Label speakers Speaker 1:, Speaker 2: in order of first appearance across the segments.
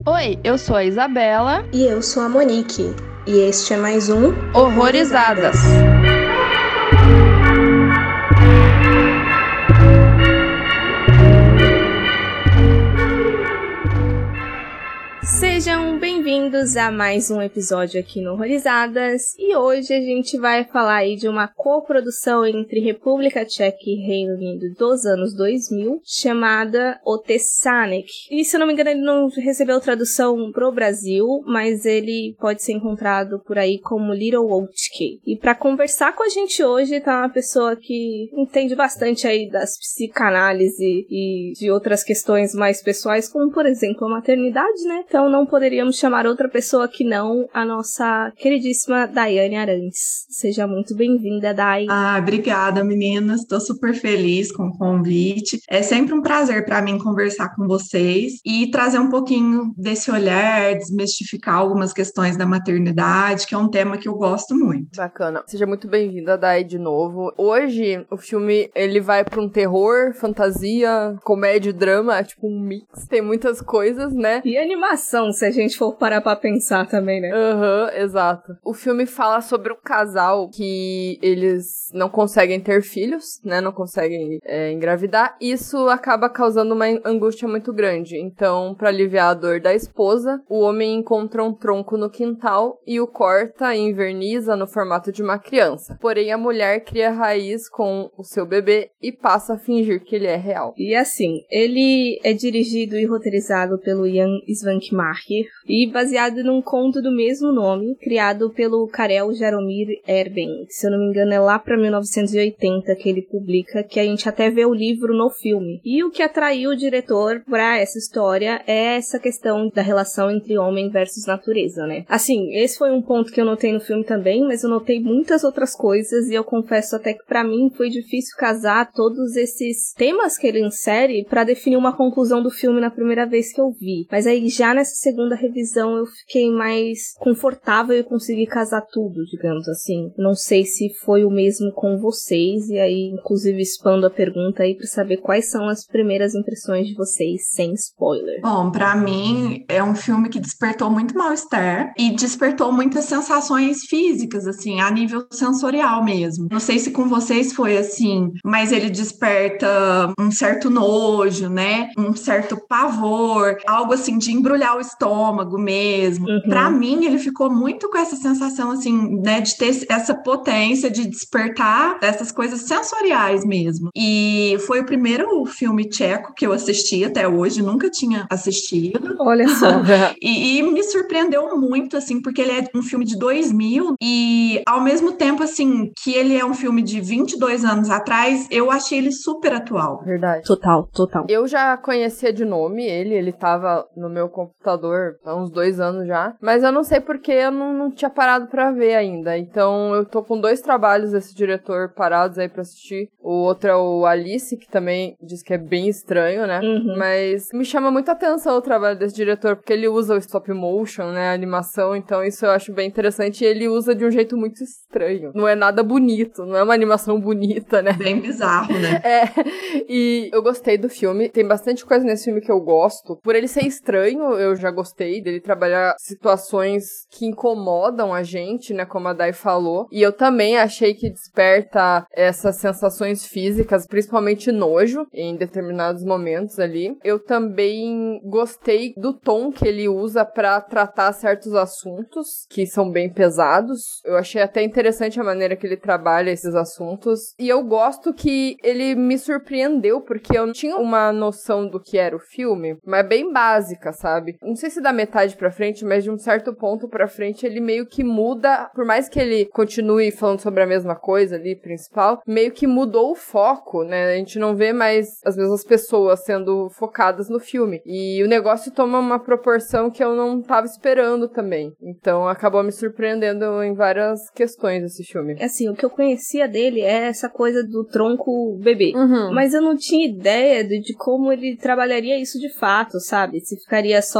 Speaker 1: Oi, eu sou a Isabela.
Speaker 2: E eu sou a Monique. E este é mais um
Speaker 1: Horrorizadas.
Speaker 2: Sejam bem-vindos a mais um episódio aqui no Horrorizadas, e hoje a gente vai falar aí de uma coprodução entre República Tcheca e Reino Unido dos anos 2000, chamada Otesanek. E se eu não me engano ele não recebeu tradução pro Brasil, mas ele pode ser encontrado por aí como Little Oldke. E para conversar com a gente hoje tá uma pessoa que entende bastante aí das psicanálise e de outras questões mais pessoais, como por exemplo a maternidade, né? Então não poderíamos chamar outra pessoa que não a nossa queridíssima Daiane Arantes. Seja muito bem-vinda, Dai.
Speaker 3: Obrigada, meninas. Estou super feliz com o convite. É sempre um prazer para mim conversar com vocês e trazer um pouquinho desse olhar, desmistificar algumas questões da maternidade, que é um tema que eu gosto muito.
Speaker 4: Bacana. Seja muito bem-vinda, Dai, de novo. Hoje, o filme, ele vai para um terror, fantasia, comédia e drama, tipo um mix. Tem muitas coisas, né?
Speaker 2: E animação, se a gente for parar pra pensar também, né?
Speaker 4: Exato. O filme fala sobre um casal que eles não conseguem ter filhos, né? Não conseguem engravidar. Isso acaba causando uma angústia muito grande. Então, pra aliviar a dor da esposa, o homem encontra um tronco no quintal e o corta e inverniza no formato de uma criança. Porém, a mulher cria raiz com o seu bebê e passa a fingir que ele é real.
Speaker 2: E assim, ele é dirigido e roteirizado pelo Jan Svankmajer e baseado num conto do mesmo nome, criado pelo Karel Jaromír Erben. Se eu não me engano é lá pra 1980 que ele publica, que a gente até vê o livro no filme. E o que atraiu o diretor pra essa história é essa questão da relação entre homem versus natureza, né? Assim, esse foi um ponto que eu notei no filme também, mas eu notei muitas outras coisas e eu confesso até que pra mim foi difícil casar todos esses temas que ele insere pra definir uma conclusão do filme na primeira vez que eu vi. Mas aí já nessa segunda revisão eu fiquei mais confortável e consegui casar tudo, digamos assim. Não sei se foi o mesmo com vocês, e aí inclusive expando a pergunta aí pra saber quais são as primeiras impressões de vocês, sem spoiler.
Speaker 3: Bom, para mim é um filme que despertou muito mal-estar e despertou muitas sensações físicas, assim, a nível sensorial mesmo. Não sei se com vocês foi assim, mas ele desperta um certo nojo, né? Um certo pavor, algo assim de embrulhar o estômago mesmo. Para mim, ele ficou muito com essa sensação, assim, né, de ter essa potência de despertar essas coisas sensoriais mesmo. E foi o primeiro filme tcheco que eu assisti até hoje, nunca tinha assistido.
Speaker 2: Olha só.
Speaker 3: E me surpreendeu muito, assim, porque ele é um filme de 2000 e, ao mesmo tempo, assim, que ele é um filme de 22 anos atrás, eu achei ele super atual.
Speaker 4: Verdade.
Speaker 2: Total.
Speaker 4: Eu já conhecia de nome ele tava no meu computador há uns 2 anos já, mas eu não sei porque eu não tinha parado pra ver ainda, então eu tô com 2 trabalhos desse diretor parados aí pra assistir. O outro é o Alice, que também diz que é bem estranho, né? Mas me chama muita atenção o trabalho desse diretor, porque ele usa o stop motion, né, a animação, então isso eu acho bem interessante, e ele usa de um jeito muito estranho. Não é nada bonito, não é uma animação bonita, né?
Speaker 3: Bem bizarro, né?
Speaker 4: E eu gostei do filme, tem bastante coisa nesse filme que eu gosto. Por ele ser estranho, eu já gostei dele trabalhar situações que incomodam a gente, né, como a Dai falou. E eu também achei que desperta essas sensações físicas, principalmente nojo, em determinados momentos ali. Eu também gostei do tom que ele usa pra tratar certos assuntos que são bem pesados. Eu achei até interessante a maneira que ele trabalha esses assuntos. E eu gosto que ele me surpreendeu, porque eu não tinha uma noção do que era o filme, mas bem básica, sabe? Não sei se da metade pra frente, mas de um certo ponto pra frente ele meio que muda, por mais que ele continue falando sobre a mesma coisa ali, principal, meio que mudou o foco, né? A gente não vê mais as mesmas pessoas sendo focadas no filme. E o negócio toma uma proporção que eu não tava esperando também. Então acabou me surpreendendo em várias questões esse filme.
Speaker 2: Assim, o que eu conhecia dele é essa coisa do tronco bebê. Mas eu não tinha ideia de como ele trabalharia isso de fato, sabe? Se ficaria só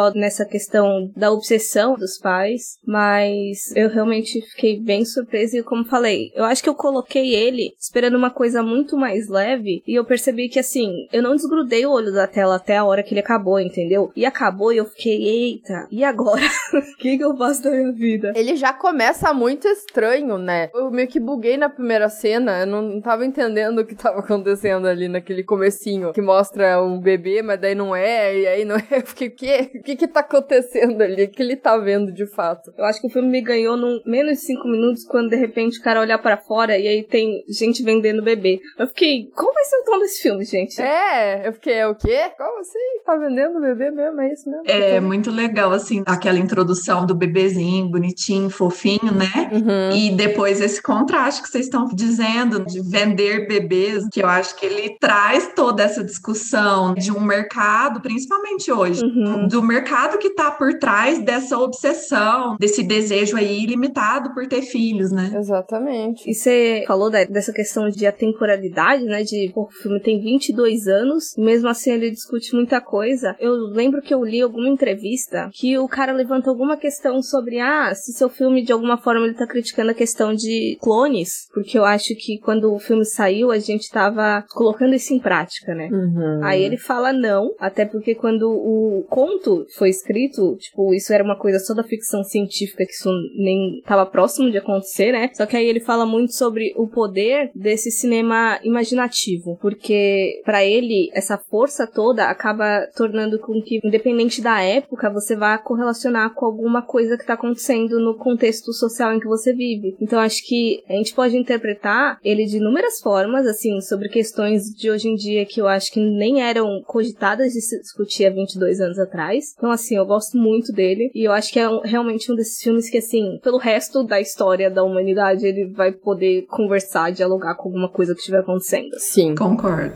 Speaker 2: só nessa questão da obsessão dos pais, mas eu realmente fiquei bem surpresa e, como falei, eu acho que eu coloquei ele esperando uma coisa muito mais leve e eu percebi que, assim, eu não desgrudei o olho da tela até a hora que ele acabou, entendeu? E acabou e eu fiquei, eita, e agora? O que eu faço da minha vida?
Speaker 4: Ele já começa muito estranho, né? Eu meio que buguei na primeira cena, eu não tava entendendo o que tava acontecendo ali naquele comecinho, que mostra um bebê, mas daí não é, e aí não é. Eu fiquei, o que tá acontecendo ali? O que ele tá vendo de fato?
Speaker 2: Eu acho que o filme me ganhou em menos de 5 minutos, quando de repente o cara olhar pra fora e aí tem gente vendendo bebê. Eu fiquei, qual vai ser o tom desse filme, gente?
Speaker 4: Eu fiquei, é o quê? Como assim? Tá vendendo bebê mesmo? É isso mesmo?
Speaker 3: É muito legal, assim, aquela introdução do bebezinho, bonitinho, fofinho, né?
Speaker 4: Uhum.
Speaker 3: E depois esse contraste que vocês estão dizendo de vender bebês, que eu acho que ele traz toda essa discussão de um mercado, principalmente hoje, do mercado que tá por trás dessa obsessão, desse desejo aí ilimitado por ter filhos, né?
Speaker 4: Exatamente.
Speaker 2: E você falou dessa questão de atemporalidade, né? O filme tem 22 anos, e mesmo assim ele discute muita coisa. Eu lembro que eu li alguma entrevista que o cara levanta alguma questão sobre, se seu filme de alguma forma ele tá criticando a questão de clones, porque eu acho que quando o filme saiu a gente tava colocando isso em prática, né? Aí ele fala não, até porque quando o conto foi escrito, tipo, isso era uma coisa só da ficção científica, que isso nem tava próximo de acontecer, né? Só que aí ele fala muito sobre o poder desse cinema imaginativo, porque pra ele essa força toda acaba tornando com que, independente da época, você vá correlacionar com alguma coisa que tá acontecendo no contexto social em que você vive. Então acho que a gente pode interpretar ele de inúmeras formas, assim, sobre questões de hoje em dia que eu acho que nem eram cogitadas de se discutir há 22 anos atrás. Então, assim, eu gosto muito dele e eu acho que é realmente um desses filmes que, assim, pelo resto da história da humanidade, ele vai poder conversar, dialogar com alguma coisa que estiver acontecendo.
Speaker 4: Sim.
Speaker 3: Concordo.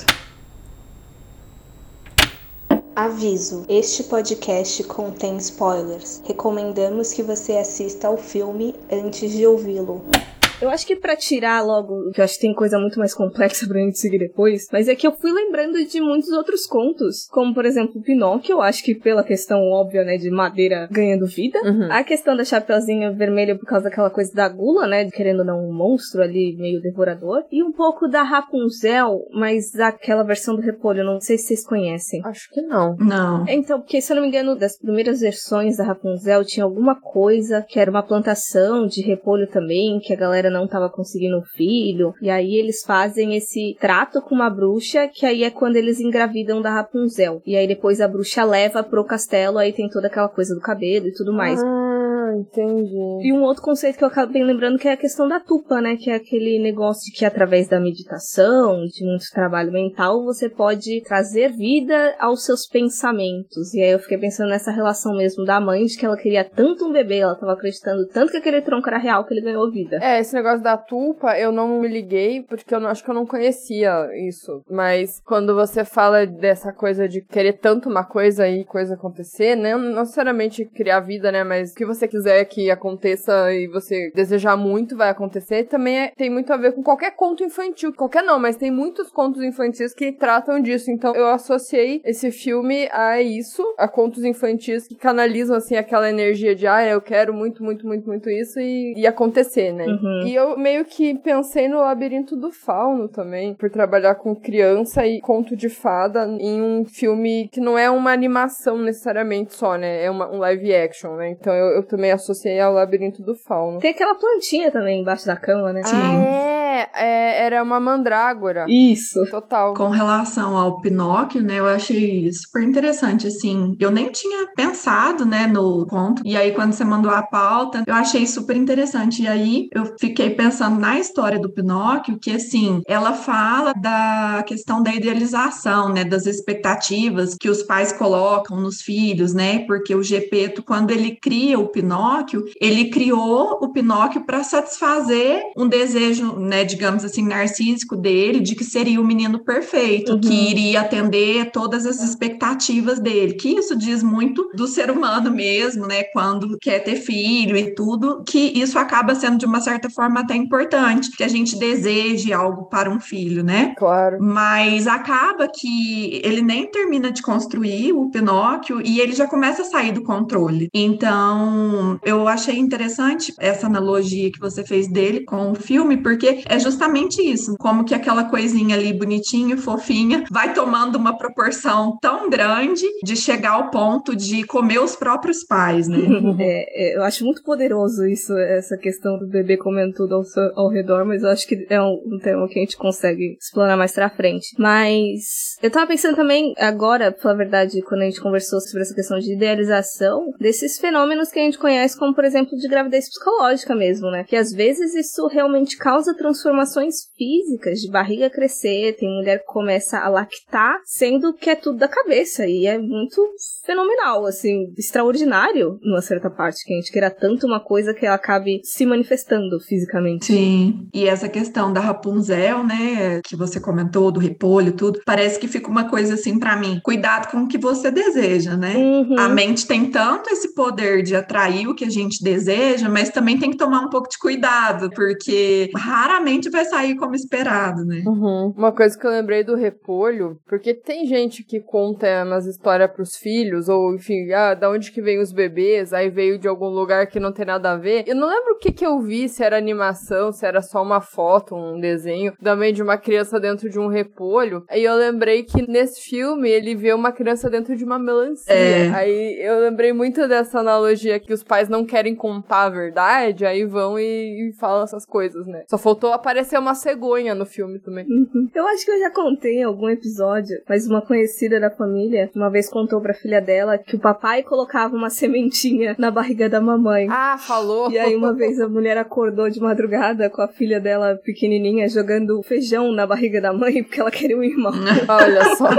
Speaker 5: Aviso: este podcast contém spoilers. Recomendamos que você assista ao filme antes de ouvi-lo.
Speaker 2: Eu acho que pra tirar logo, que eu acho que tem coisa muito mais complexa pra gente seguir depois, mas é que eu fui lembrando de muitos outros contos, como por exemplo Pinóquio, eu acho que pela questão óbvia, né, de madeira ganhando vida, a questão da Chapeuzinho Vermelho por causa daquela coisa da gula, né, querendo ou não um monstro ali meio devorador, e um pouco da Rapunzel, mas aquela versão do repolho, não sei se vocês conhecem.
Speaker 4: Acho que não.
Speaker 3: Não.
Speaker 2: Então, porque se eu não me engano, das primeiras versões da Rapunzel tinha alguma coisa que era uma plantação de repolho também, que a galera não tava conseguindo um filho, e aí eles fazem esse trato com uma bruxa, que aí é quando eles engravidam da Rapunzel, e aí depois a bruxa leva pro castelo, aí tem toda aquela coisa do cabelo e tudo mais.
Speaker 4: Entendi.
Speaker 2: E um outro conceito que eu acabei lembrando que é a questão da tupa, né, que é aquele negócio de que através da meditação, de muito trabalho mental, você pode trazer vida aos seus pensamentos, e aí eu fiquei pensando nessa relação mesmo da mãe, de que ela queria tanto um bebê, ela tava acreditando tanto que aquele tronco era real, que ele ganhou vida.
Speaker 4: Esse negócio da tupa, eu não me liguei, porque eu acho que eu não conhecia isso. Mas quando você fala dessa coisa de querer tanto uma coisa e coisa acontecer, né? Não necessariamente criar vida, né? Mas o que você quiser que aconteça e você desejar muito vai acontecer, também tem muito a ver com qualquer conto infantil. Qualquer não, mas tem muitos contos infantis que tratam disso. Então eu associei esse filme a isso, a contos infantis que canalizam, assim, aquela energia de eu quero muito, muito, muito, muito isso e acontecer, né? E eu meio que pensei no Labirinto do Fauno também, por trabalhar com criança e conto de fada em um filme que não é uma animação necessariamente só, né? É um live action, né? Então eu também associei ao Labirinto do Fauno.
Speaker 2: Tem aquela plantinha também embaixo da cama, né?
Speaker 4: Era uma mandrágora.
Speaker 2: Isso.
Speaker 4: Total.
Speaker 3: Com relação ao Pinóquio, né, eu achei super interessante, assim, eu nem tinha pensado, né, no conto, e aí quando você mandou a pauta, eu achei super interessante, e aí eu fiquei pensando na história do Pinóquio, que, assim, ela fala da questão da idealização, né, das expectativas que os pais colocam nos filhos, né, porque o Gepeto, quando ele cria o Pinóquio, Pinóquio, ele criou o Pinóquio para satisfazer um desejo, né, digamos assim, narcísico dele, de que seria o menino perfeito, que iria atender todas as expectativas dele, que isso diz muito do ser humano mesmo, né, quando quer ter filho e tudo, que isso acaba sendo de uma certa forma até importante, que a gente deseje algo para um filho, né?
Speaker 4: Claro.
Speaker 3: Mas acaba que ele nem termina de construir o Pinóquio e ele já começa a sair do controle. Então, eu achei interessante essa analogia que você fez dele com o filme, porque é justamente isso, como que aquela coisinha ali bonitinha, fofinha, vai tomando uma proporção tão grande de chegar ao ponto de comer os próprios pais, né?
Speaker 2: Eu acho muito poderoso isso, essa questão do bebê comendo tudo ao redor, mas eu acho que é um tema que a gente consegue explorar mais pra frente. Mas eu tava pensando também, agora, pra falar a verdade, quando a gente conversou sobre essa questão de idealização, desses fenômenos que a gente conhece como, por exemplo, de gravidez psicológica mesmo, né? Que às vezes isso realmente causa transformações físicas, de barriga crescer, tem mulher que começa a lactar, sendo que é tudo da cabeça, e é muito fenomenal, assim, extraordinário, numa certa parte, que a gente queira tanto uma coisa que ela acabe se manifestando fisicamente.
Speaker 3: Sim, e essa questão da Rapunzel, né, que você comentou, do repolho, tudo, parece que fica uma coisa assim pra mim, cuidado com o que você deseja, né? A mente tem tanto esse poder de atrair o que a gente deseja, mas também tem que tomar um pouco de cuidado, porque raramente vai sair como esperado, né?
Speaker 4: Uma coisa que eu lembrei do repolho, porque tem gente que conta umas histórias pros filhos, ou enfim, da onde que vem os bebês, aí veio de algum lugar que não tem nada a ver. Eu não lembro o que eu vi, se era animação, se era só uma foto, um desenho, também de uma criança dentro de um repolho. Aí eu lembrei que nesse filme ele vê uma criança dentro de uma melancia. Aí eu lembrei muito dessa analogia que os pais não querem contar a verdade, aí vão e falam essas coisas, né? Só faltou aparecer uma cegonha no filme também.
Speaker 2: Eu acho que eu já contei em algum episódio, mas uma conhecida da família uma vez contou pra filha dela que o papai colocava uma sementinha na barriga da mamãe.
Speaker 4: Ah, falou!
Speaker 2: E aí uma vez a mulher acordou de madrugada com a filha dela pequenininha jogando feijão na barriga da mãe porque ela queria um irmão.
Speaker 4: Olha só.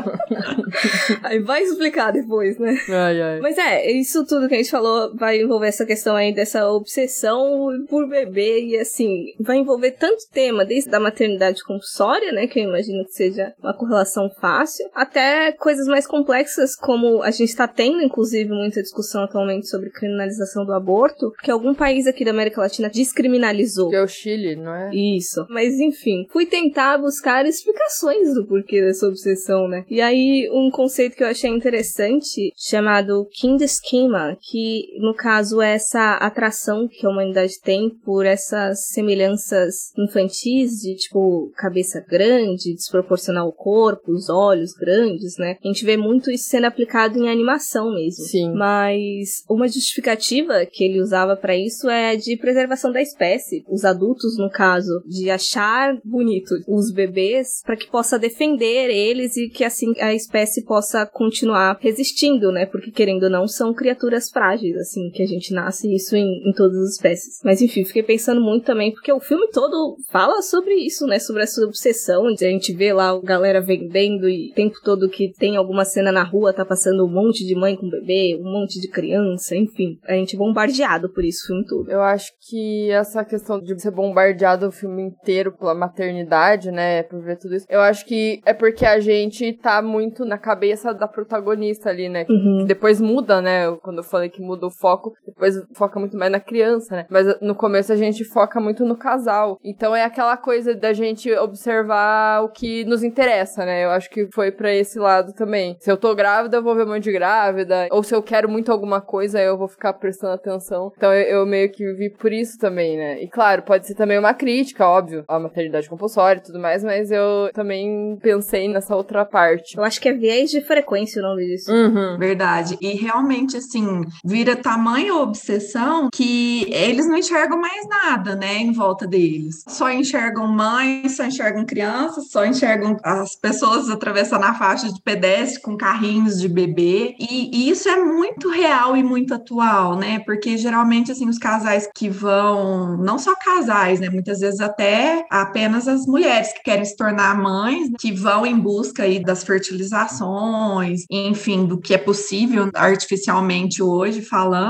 Speaker 2: Aí vai explicar depois, né?
Speaker 4: Ai.
Speaker 2: Mas isso tudo que a gente falou vai envolver essa questão aí dessa obsessão por bebê e assim, vai envolver tanto tema, desde a maternidade compulsória, né, que eu imagino que seja uma correlação fácil, até coisas mais complexas como a gente tá tendo, inclusive, muita discussão atualmente sobre criminalização do aborto, porque algum país aqui da América Latina descriminalizou.
Speaker 4: Que é o Chile, não é?
Speaker 2: Isso. Mas enfim, fui tentar buscar explicações do porquê dessa obsessão, né? E aí, um conceito que eu achei interessante, chamado Kindeschema, que no caso é essa atração que a humanidade tem por essas semelhanças infantis de, tipo, cabeça grande, desproporcional ao corpo, os olhos grandes, né? A gente vê muito isso sendo aplicado em animação mesmo.
Speaker 4: Sim.
Speaker 2: Mas uma justificativa que ele usava pra isso é de preservação da espécie. Os adultos, no caso, de achar bonito os bebês para que possa defender eles e que assim a espécie possa continuar resistindo, né? Porque querendo ou não, são criaturas frágeis, assim, que a gente nasce isso em todas as espécies. Mas enfim, fiquei pensando muito também, porque o filme todo fala sobre isso, né? Sobre essa obsessão, de a gente vê lá a galera vendendo e o tempo todo que tem alguma cena na rua, tá passando um monte de mãe com bebê, um monte de criança, enfim. A gente é bombardeado por isso o filme todo.
Speaker 4: Eu acho que essa questão de ser bombardeado o filme inteiro pela maternidade, né, por ver tudo isso, eu acho que é porque a gente tá muito na cabeça da protagonista ali, né, que depois muda, né, quando eu falei que muda o foco, depois foca muito mais na criança, né, mas no começo a gente foca muito no casal, então é aquela coisa da gente observar o que nos interessa, né, eu acho que foi pra esse lado também. Se eu tô grávida, eu vou ver um monte de grávida, ou se eu quero muito alguma coisa, eu vou ficar prestando atenção, então eu meio que vi por isso também, né, e claro, pode ser também uma crítica, óbvio, à maternidade compulsória e tudo mais, mas eu também pensei nessa outra parte.
Speaker 2: Eu acho que é viés de frequência o nome disso.
Speaker 3: Verdade. E realmente, assim, vira tamanha obsessão que eles não enxergam mais nada, né, em volta deles. Só enxergam mães, só enxergam crianças, só enxergam as pessoas atravessando a faixa de pedestre com carrinhos de bebê. E isso é muito real e muito atual, né, porque geralmente, assim, os casais que vão, não só casais, né, muitas vezes até apenas as mulheres que querem se tornar mães, que vão em busca aí das fertilizações, enfim, do que é possível artificialmente hoje falando,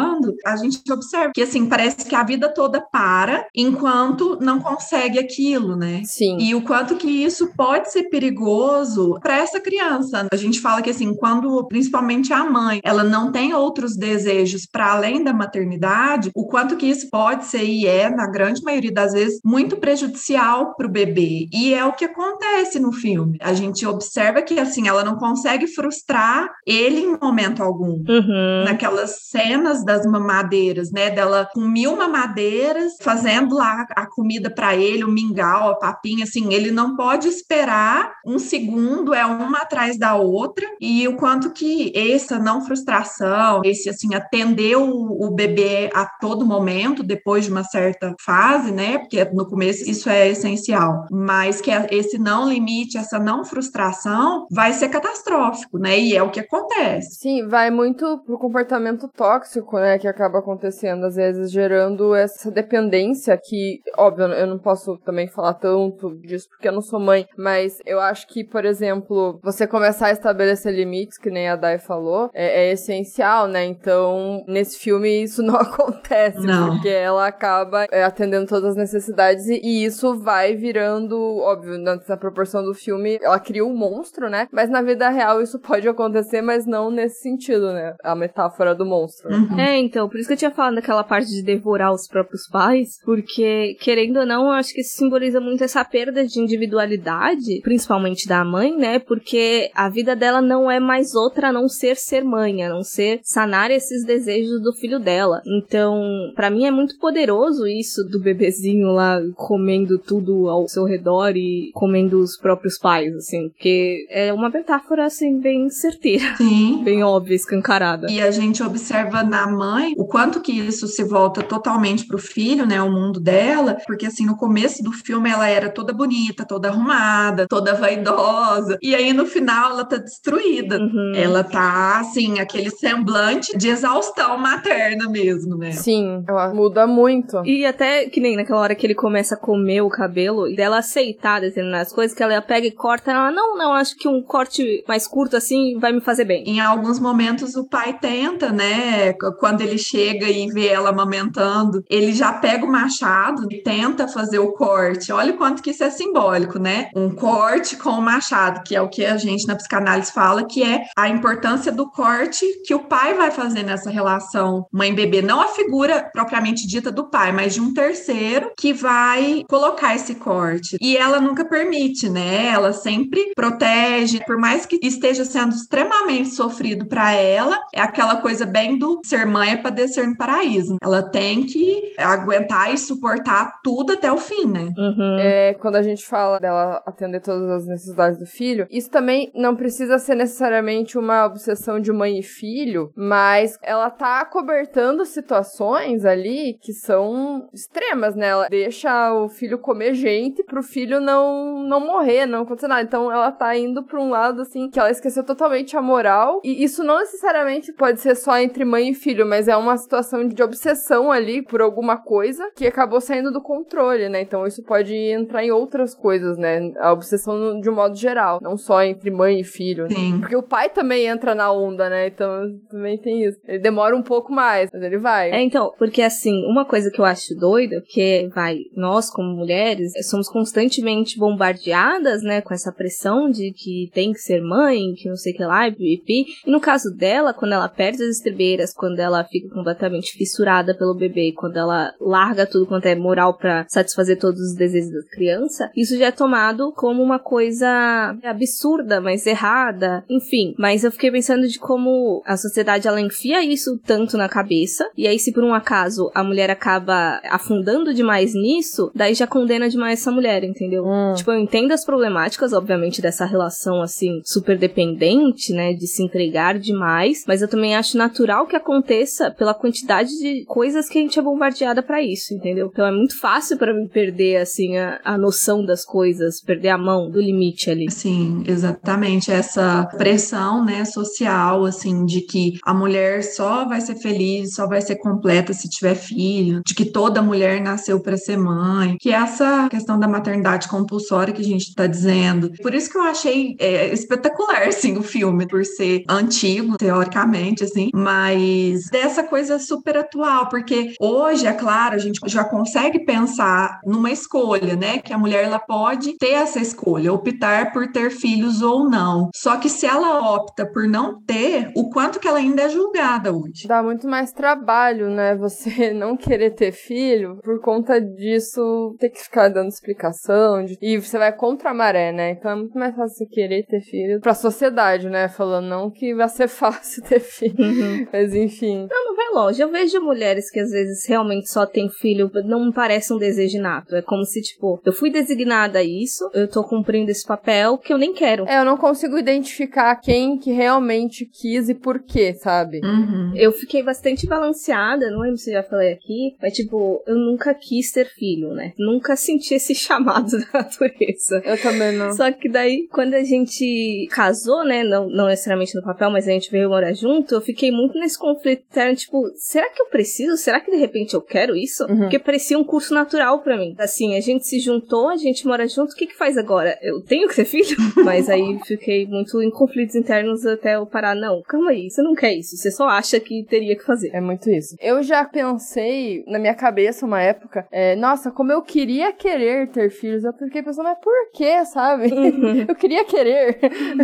Speaker 3: a gente observa que, assim, parece que a vida toda para enquanto não consegue aquilo, né?
Speaker 4: Sim.
Speaker 3: E o quanto que isso pode ser perigoso para essa criança. A gente fala que, assim, quando principalmente a mãe, ela não tem outros desejos para além da maternidade, o quanto que isso pode ser e é, na grande maioria das vezes, muito prejudicial para o bebê. E é o que acontece no filme. A gente observa que, assim, ela não consegue frustrar ele em momento algum. Naquelas cenas das mamadeiras, né? Dela com 1000 mamadeiras, fazendo lá a comida para ele, o mingau, a papinha, assim, ele não pode esperar um segundo, é uma atrás da outra, e o quanto que essa não frustração, esse, assim, atender o bebê a todo momento, depois de uma certa fase, né? Porque no começo isso é essencial, mas que esse não limite, essa não frustração vai ser catastrófico, né? E é o que acontece.
Speaker 4: Sim, vai muito pro comportamento tóxico, né, que acaba acontecendo, às vezes, gerando essa dependência que, óbvio, eu não posso também falar tanto disso porque eu não sou mãe, mas eu acho que, por exemplo, você começar a estabelecer limites, que nem a Dai falou, é essencial, né? Então, nesse filme, isso não acontece, porque ela acaba atendendo todas as necessidades e isso vai virando, óbvio, na proporção do filme, ela cria um monstro, né? Mas na vida real isso pode acontecer, mas não nesse sentido, né? A metáfora do monstro.
Speaker 2: Então, por isso que eu tinha falado daquela parte de devorar os próprios pais, porque, querendo ou não, eu acho que isso simboliza muito essa perda de individualidade, principalmente da mãe, né? Porque a vida dela não é mais outra a não ser mãe, a não ser sanar esses desejos do filho dela. Então, pra mim é muito poderoso isso do bebezinho lá comendo tudo ao seu redor e comendo os próprios pais, assim, porque é uma metáfora, assim, bem certeira.
Speaker 3: Sim.
Speaker 2: Bem óbvia, escancarada.
Speaker 3: E a gente observa na mãe o quanto que isso se volta totalmente pro filho, né, o mundo dela, porque, assim, no começo do filme ela era toda bonita, toda arrumada, toda vaidosa, e aí no final ela tá destruída. Ela tá, assim, aquele semblante de exaustão materna mesmo, né?
Speaker 4: Sim, ela muda muito.
Speaker 2: E até que nem naquela hora que ele começa a comer o cabelo, e dela aceitar determinadas coisas, que ela pega e corta, ela, não, acho que um corte mais curto assim vai me fazer bem.
Speaker 3: Em alguns momentos o pai tenta, né, quando ele chega e vê ela amamentando, ele já pega o machado e tenta fazer o corte. Olha o quanto que isso é simbólico, né? Um corte com o machado, que é o que a gente na psicanálise fala, que é a importância do corte que o pai vai fazer nessa relação mãe-bebê. Não a figura propriamente dita do pai, mas de um terceiro que vai colocar esse corte. E ela nunca permite, né? Ela sempre protege, por mais que esteja sendo extremamente sofrido para ela, é aquela coisa bem do ser mãe é padecer no paraíso. Ela tem que aguentar e suportar tudo até o fim, né?
Speaker 4: Quando a gente fala dela atender todas as necessidades do filho, isso também não precisa ser necessariamente uma obsessão de mãe e filho, mas ela tá acobertando situações ali que são extremas, né? Ela deixa o filho comer gente pro filho não morrer, não acontecer nada. Então ela tá indo pra um lado, assim, que ela esqueceu totalmente a moral. E isso não necessariamente pode ser só entre mãe e filho, mas é uma situação de obsessão ali por alguma coisa que acabou saindo do controle, né? Então isso pode entrar em outras coisas, né? A obsessão de um modo geral, não só entre mãe e filho.
Speaker 3: Sim.
Speaker 4: Porque o pai também entra na onda, né? Então também tem isso. Ele demora um pouco mais, mas ele vai.
Speaker 2: Então, porque assim, uma coisa que eu acho doida, que nós como mulheres, somos constantemente bombardeadas, né, com essa pressão de que tem que ser mãe, que não sei o que lá, e no caso dela, quando ela perde as estribeiras, quando ela fica completamente fissurada pelo bebê, quando ela larga tudo quanto é moral pra satisfazer todos os desejos da criança, isso já é tomado como uma coisa absurda, mas errada, enfim. Mas eu fiquei pensando de como a sociedade, ela enfia isso tanto na cabeça, e aí se por um acaso a mulher acaba afundando demais nisso, daí já condena demais essa mulher, entendeu? Tipo, eu entendo as problemáticas, obviamente, dessa relação, assim, super dependente, né, de se entregar demais, mas eu também acho natural que aconteça pela quantidade de coisas que a gente é bombardeada pra isso, entendeu? Então é muito fácil pra mim perder, assim, a noção das coisas, perder a mão do limite ali.
Speaker 3: Sim, exatamente. Essa pressão, né, social, assim, de que a mulher só vai ser feliz, só vai ser completa se tiver filho, de que toda mulher nasceu para ser mãe, que essa questão da maternidade compulsória que a gente tá dizendo. Por isso que eu achei espetacular, assim, o filme, por ser antigo, teoricamente, assim, mas dessa coisa super atual, porque hoje, é claro, a gente já consegue pensar numa escolha, né? Que a mulher ela pode ter essa escolha, optar por ter filhos ou não. Só que se ela opta por não ter, o quanto que ela ainda é julgada hoje.
Speaker 4: Dá muito mais trabalho, né? Você não querer ter filho, por conta disso, ter que ficar dando explicação. E você vai contra a maré, né? Então é muito mais fácil você querer ter filho pra sociedade, né? Falando não que vai ser fácil ter filho. Mas enfim.
Speaker 2: Não vai longe. Eu vejo mulheres que às vezes realmente só têm filho, não me parece um desejo inato. É como se, tipo, eu fui designada a isso, eu tô cumprindo esse papel que eu nem quero.
Speaker 4: Eu não consigo identificar quem que realmente quis e por quê, sabe?
Speaker 2: Eu fiquei bastante balanceada, não lembro se já falei aqui, mas tipo, eu nunca quis ter filho, né? Nunca senti esse chamado da natureza.
Speaker 4: Eu também não.
Speaker 2: Só que daí, quando a gente casou, né, não necessariamente no papel, mas a gente veio morar junto, eu fiquei muito nesse conflito interno, tipo, será que eu preciso? Será que de repente eu quero isso? Porque parecia um curso natural pra mim. Assim, a gente se juntou, a gente mora junto, o que faz agora? Eu tenho que ter filho? Mas aí fiquei muito em conflitos internos até eu parar, não, calma aí, você não quer isso, você só acha que teria que fazer.
Speaker 4: É muito isso. Eu já pensei na minha cabeça uma época, nossa, como eu queria querer ter filhos, eu fiquei pensando, mas por quê, sabe? Eu queria querer.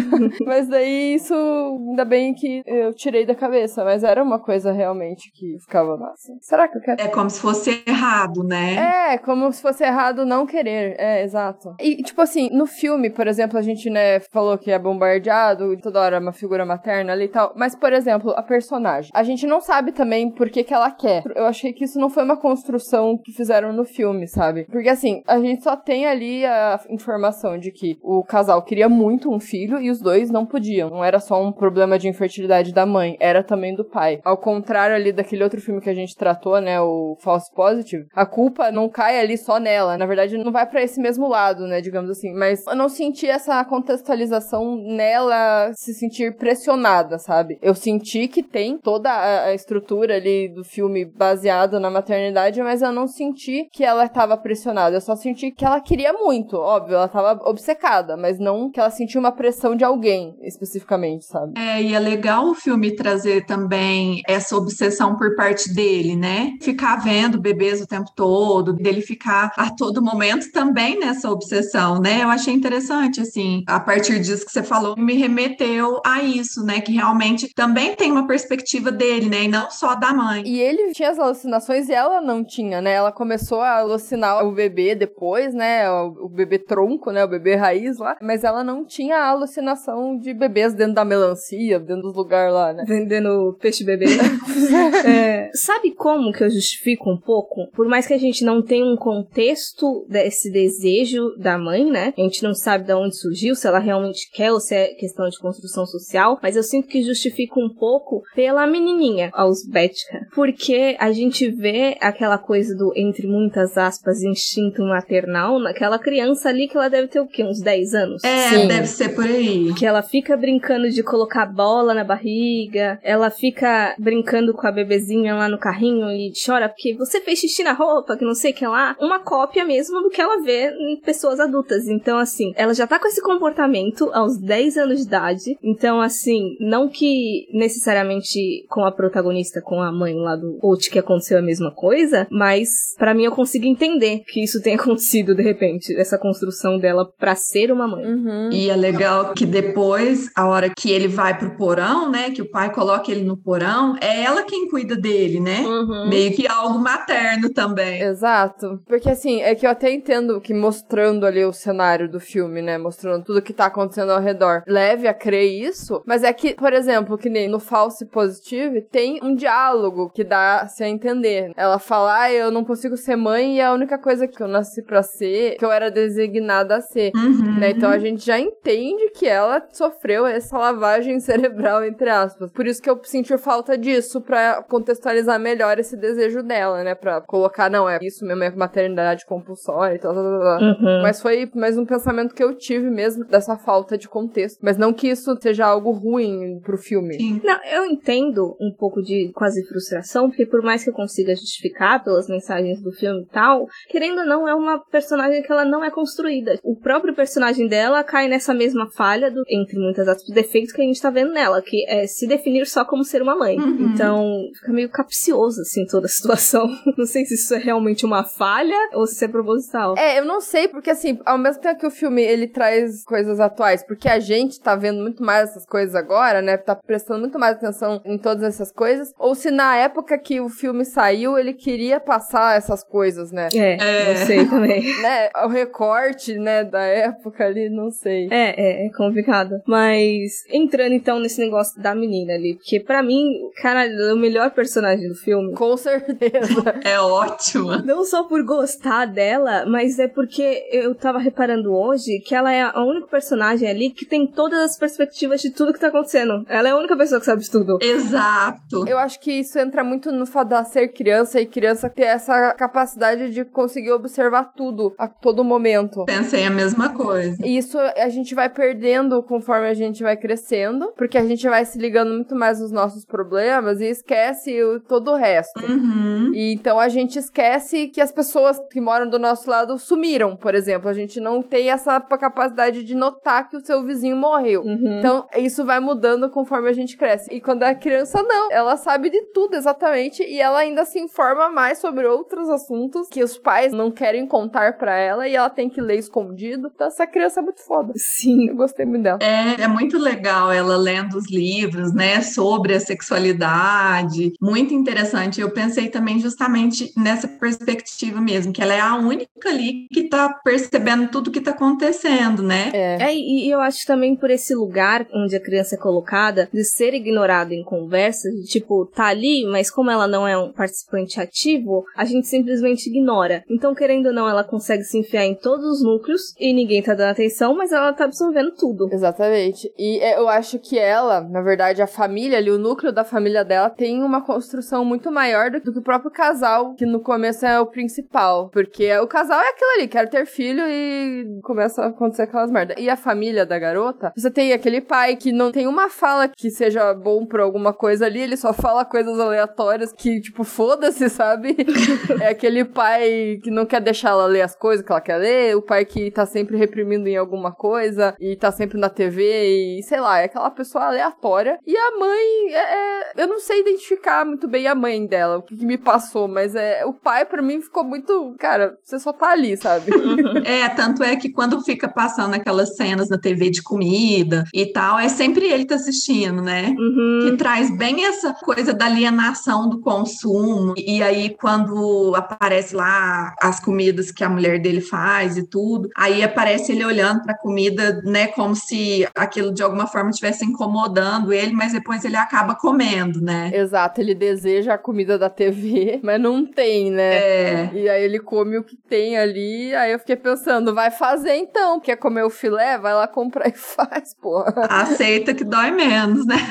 Speaker 4: Mas daí isso, ainda bem que eu tirei da cabeça, mas era uma coisa realmente que ficava, nossa, será que eu quero?
Speaker 3: É como se fosse errado, né?
Speaker 4: É, como se fosse errado não querer, exato. E, tipo assim, no filme, por exemplo, a gente, né, falou que é bombardeado, toda hora uma figura materna ali e tal, mas, por exemplo, a personagem, a gente não sabe também por que ela quer. Eu achei que isso não foi uma construção que fizeram no filme, sabe? Porque, assim, a gente só tem ali a informação de que o casal queria muito um filho e os dois não podiam. Não era só um problema de infertilidade da mãe, era também do pai. Ao contrário ali daquele outro filme que a gente tratou, né, o False Positive, a culpa não cai ali só nela. Na verdade, não vai pra esse mesmo lado, né, digamos assim. Mas eu não senti essa contextualização nela se sentir pressionada, sabe? Eu senti que tem toda a estrutura ali do filme baseada na maternidade, mas eu não senti que ela tava pressionada. Eu só senti que ela queria muito, óbvio, ela tava obcecada, mas não que ela sentia uma pressão de alguém, especificamente, sabe?
Speaker 3: E é legal o filme trazer também essa obsessão por parte dele, né? Ficar vendo bebês o tempo todo, dele ficar a todo momento também nessa obsessão, né? Eu achei interessante, assim, a partir disso que você falou, me remeteu a isso, né? Que realmente também tem uma perspectiva dele, né? E não só da mãe.
Speaker 4: E ele tinha as alucinações e ela não tinha, né? Ela começou a alucinar o bebê depois, né? O bebê tronco, né? O bebê raiz lá. Mas ela não tinha a alucinação de bebês dentro da melancia, dentro dos lugares lá, né?
Speaker 2: Vendendo peixe bebê. Sabe como que eu justifico um pouco? Por mais que a gente não tenha um contexto desse desejo da mãe, né? A gente não sabe de onde surgiu, se ela realmente quer ou se é questão de construção social, mas eu sinto que justifico um pouco pela menininha, a Uzbekka. Porque a gente vê aquela coisa do, entre muitas aspas, instinto maternal naquela criança ali que ela deve ter o quê? Uns 10 anos?
Speaker 3: Sim. Deve ser por aí.
Speaker 2: Que ela fica brincando de colocar bola na barriga, ela fica brincando com a bebezinha lá no carrinho e chora porque você fez xixi na roupa, que não sei o que lá. Uma cópia mesmo do que ela vê em pessoas adultas. Então, assim, ela já tá com esse comportamento aos 10 anos de idade. Então, assim, não que necessariamente com a protagonista, com a mãe lá do Out, que aconteceu a mesma coisa, mas pra mim eu consigo entender que isso tenha acontecido de repente, essa construção dela pra ser uma mãe.
Speaker 3: E é legal que depois, a hora que ele vai pro porão, né, que o pai coloca ele no porão, é ela quem cuida dele, né? Meio que algo materno também.
Speaker 4: Exato. Porque assim, é que eu até entendo que mostrando ali o cenário do filme, né, mostrando tudo que tá acontecendo ao redor, leve a crer isso, mas é que, por exemplo, que nem no False Positive, tem um diálogo que dá-se a entender. Ela fala, eu não consigo ser mãe e a única coisa que eu nasci pra ser, que eu era designada a ser. Né? Então a gente já entende que ela sofreu essa lavagem cerebral, entre aspas. Por isso que eu senti falta disso, pra contextualizar melhor esse desejo dela, né? Pra colocar, não, é isso mesmo, é maternidade compulsória e tal. Mas foi mais um pensamento que eu tive mesmo, dessa falta de contexto. Mas não que isso seja algo ruim pro filme.
Speaker 3: Sim.
Speaker 2: Não, eu entendo um pouco de quase frustração, porque por mais que eu consiga justificar pelas mensagens do filme e tal, querendo ou não, é uma personagem que ela não é construída. O próprio personagem dela cai nessa mesma falha, entre muitas aspas, defeitos que a gente tá vendo nela, que é se definir só como ser uma mãe. Então, Então, fica meio capcioso, assim, toda a situação. Não sei se isso é realmente uma falha ou se é proposital.
Speaker 4: Eu não sei, porque assim, ao mesmo tempo que o filme, ele traz coisas atuais, porque a gente tá vendo muito mais essas coisas agora, né? Tá prestando muito mais atenção em todas essas coisas, ou se na época que o filme saiu, ele queria passar essas coisas, né?
Speaker 2: Não sei também.
Speaker 4: Né? O recorte, né, da época ali, não sei.
Speaker 2: É complicado. Mas, entrando então nesse negócio da menina ali, porque pra mim, cara, ela é o melhor personagem do filme.
Speaker 4: Com certeza.
Speaker 3: É ótima.
Speaker 2: Não só por gostar dela, mas é porque eu tava reparando hoje que ela é a única personagem ali que tem todas as perspectivas de tudo que tá acontecendo. Ela é a única pessoa que sabe de tudo.
Speaker 3: Exato.
Speaker 4: Eu acho que isso entra muito no fato de ser criança e criança ter essa capacidade de conseguir observar tudo a todo momento.
Speaker 3: Pensei a mesma coisa.
Speaker 4: E isso a gente vai perdendo conforme a gente vai crescendo, porque a gente vai se ligando muito mais nos nossos problemas e esquece todo o resto.
Speaker 3: Uhum.
Speaker 4: E então a gente esquece que as pessoas que moram do nosso lado sumiram, por exemplo. A gente não tem essa capacidade de notar que o seu vizinho morreu.
Speaker 2: Uhum.
Speaker 4: Então isso vai mudando conforme a gente cresce. E quando é criança, não. Ela sabe de tudo, exatamente. E ela ainda se informa mais sobre outros assuntos que os pais não querem contar pra ela e ela tem que ler escondido. Então essa criança é muito foda.
Speaker 2: Sim.
Speaker 4: Eu gostei muito dela.
Speaker 3: É muito legal ela lendo os livros, né, sobre a sexualidade. Muito interessante. Eu pensei também justamente nessa perspectiva mesmo, que ela é a única ali que tá percebendo tudo que tá acontecendo, né?
Speaker 2: E eu acho também por esse lugar onde a criança é colocada, de ser ignorada em conversas, de tipo, tá ali, mas como ela não é um participante ativo, a gente simplesmente ignora. Então, querendo ou não, ela consegue se enfiar em todos os núcleos e ninguém tá dando atenção, mas ela tá absorvendo tudo.
Speaker 4: Exatamente. E eu acho que ela, na verdade, a família ali, o núcleo da família dela tem uma construção muito maior do que o próprio casal, que no começo é o principal. Porque o casal é aquilo ali, quer ter filho e começa a acontecer aquelas merdas. E a família da garota, você tem aquele pai que não tem uma fala que seja bom pra alguma coisa ali, ele só fala coisas aleatórias que, tipo, foda-se, sabe? É aquele pai que não quer deixar ela ler as coisas que ela quer ler, o pai que tá sempre reprimindo em alguma coisa e tá sempre na TV e, sei lá, é aquela pessoa aleatória. E a mãe, eu não sei identificar muito bem a mãe dela, o que me passou, mas o pai pra mim ficou muito, cara, você só tá ali, sabe?
Speaker 3: Tanto é que quando fica passando aquelas cenas na TV de comida e tal, é sempre ele que tá assistindo, né?
Speaker 2: Uhum.
Speaker 3: Que traz bem essa coisa da alienação do consumo. E aí, quando aparece lá as comidas que a mulher dele faz e tudo, aí aparece ele olhando pra comida, né, como se aquilo de alguma forma estivesse incomodando ele, mas depois ele acaba comendo, né?
Speaker 4: Exato, ele deseja a comida da TV, mas não tem, né? E aí ele come o que tem ali, aí eu fiquei pensando, vai fazer então, quer comer o filé? Vai lá comprar e faz, porra.
Speaker 3: Aceita que dói menos, né?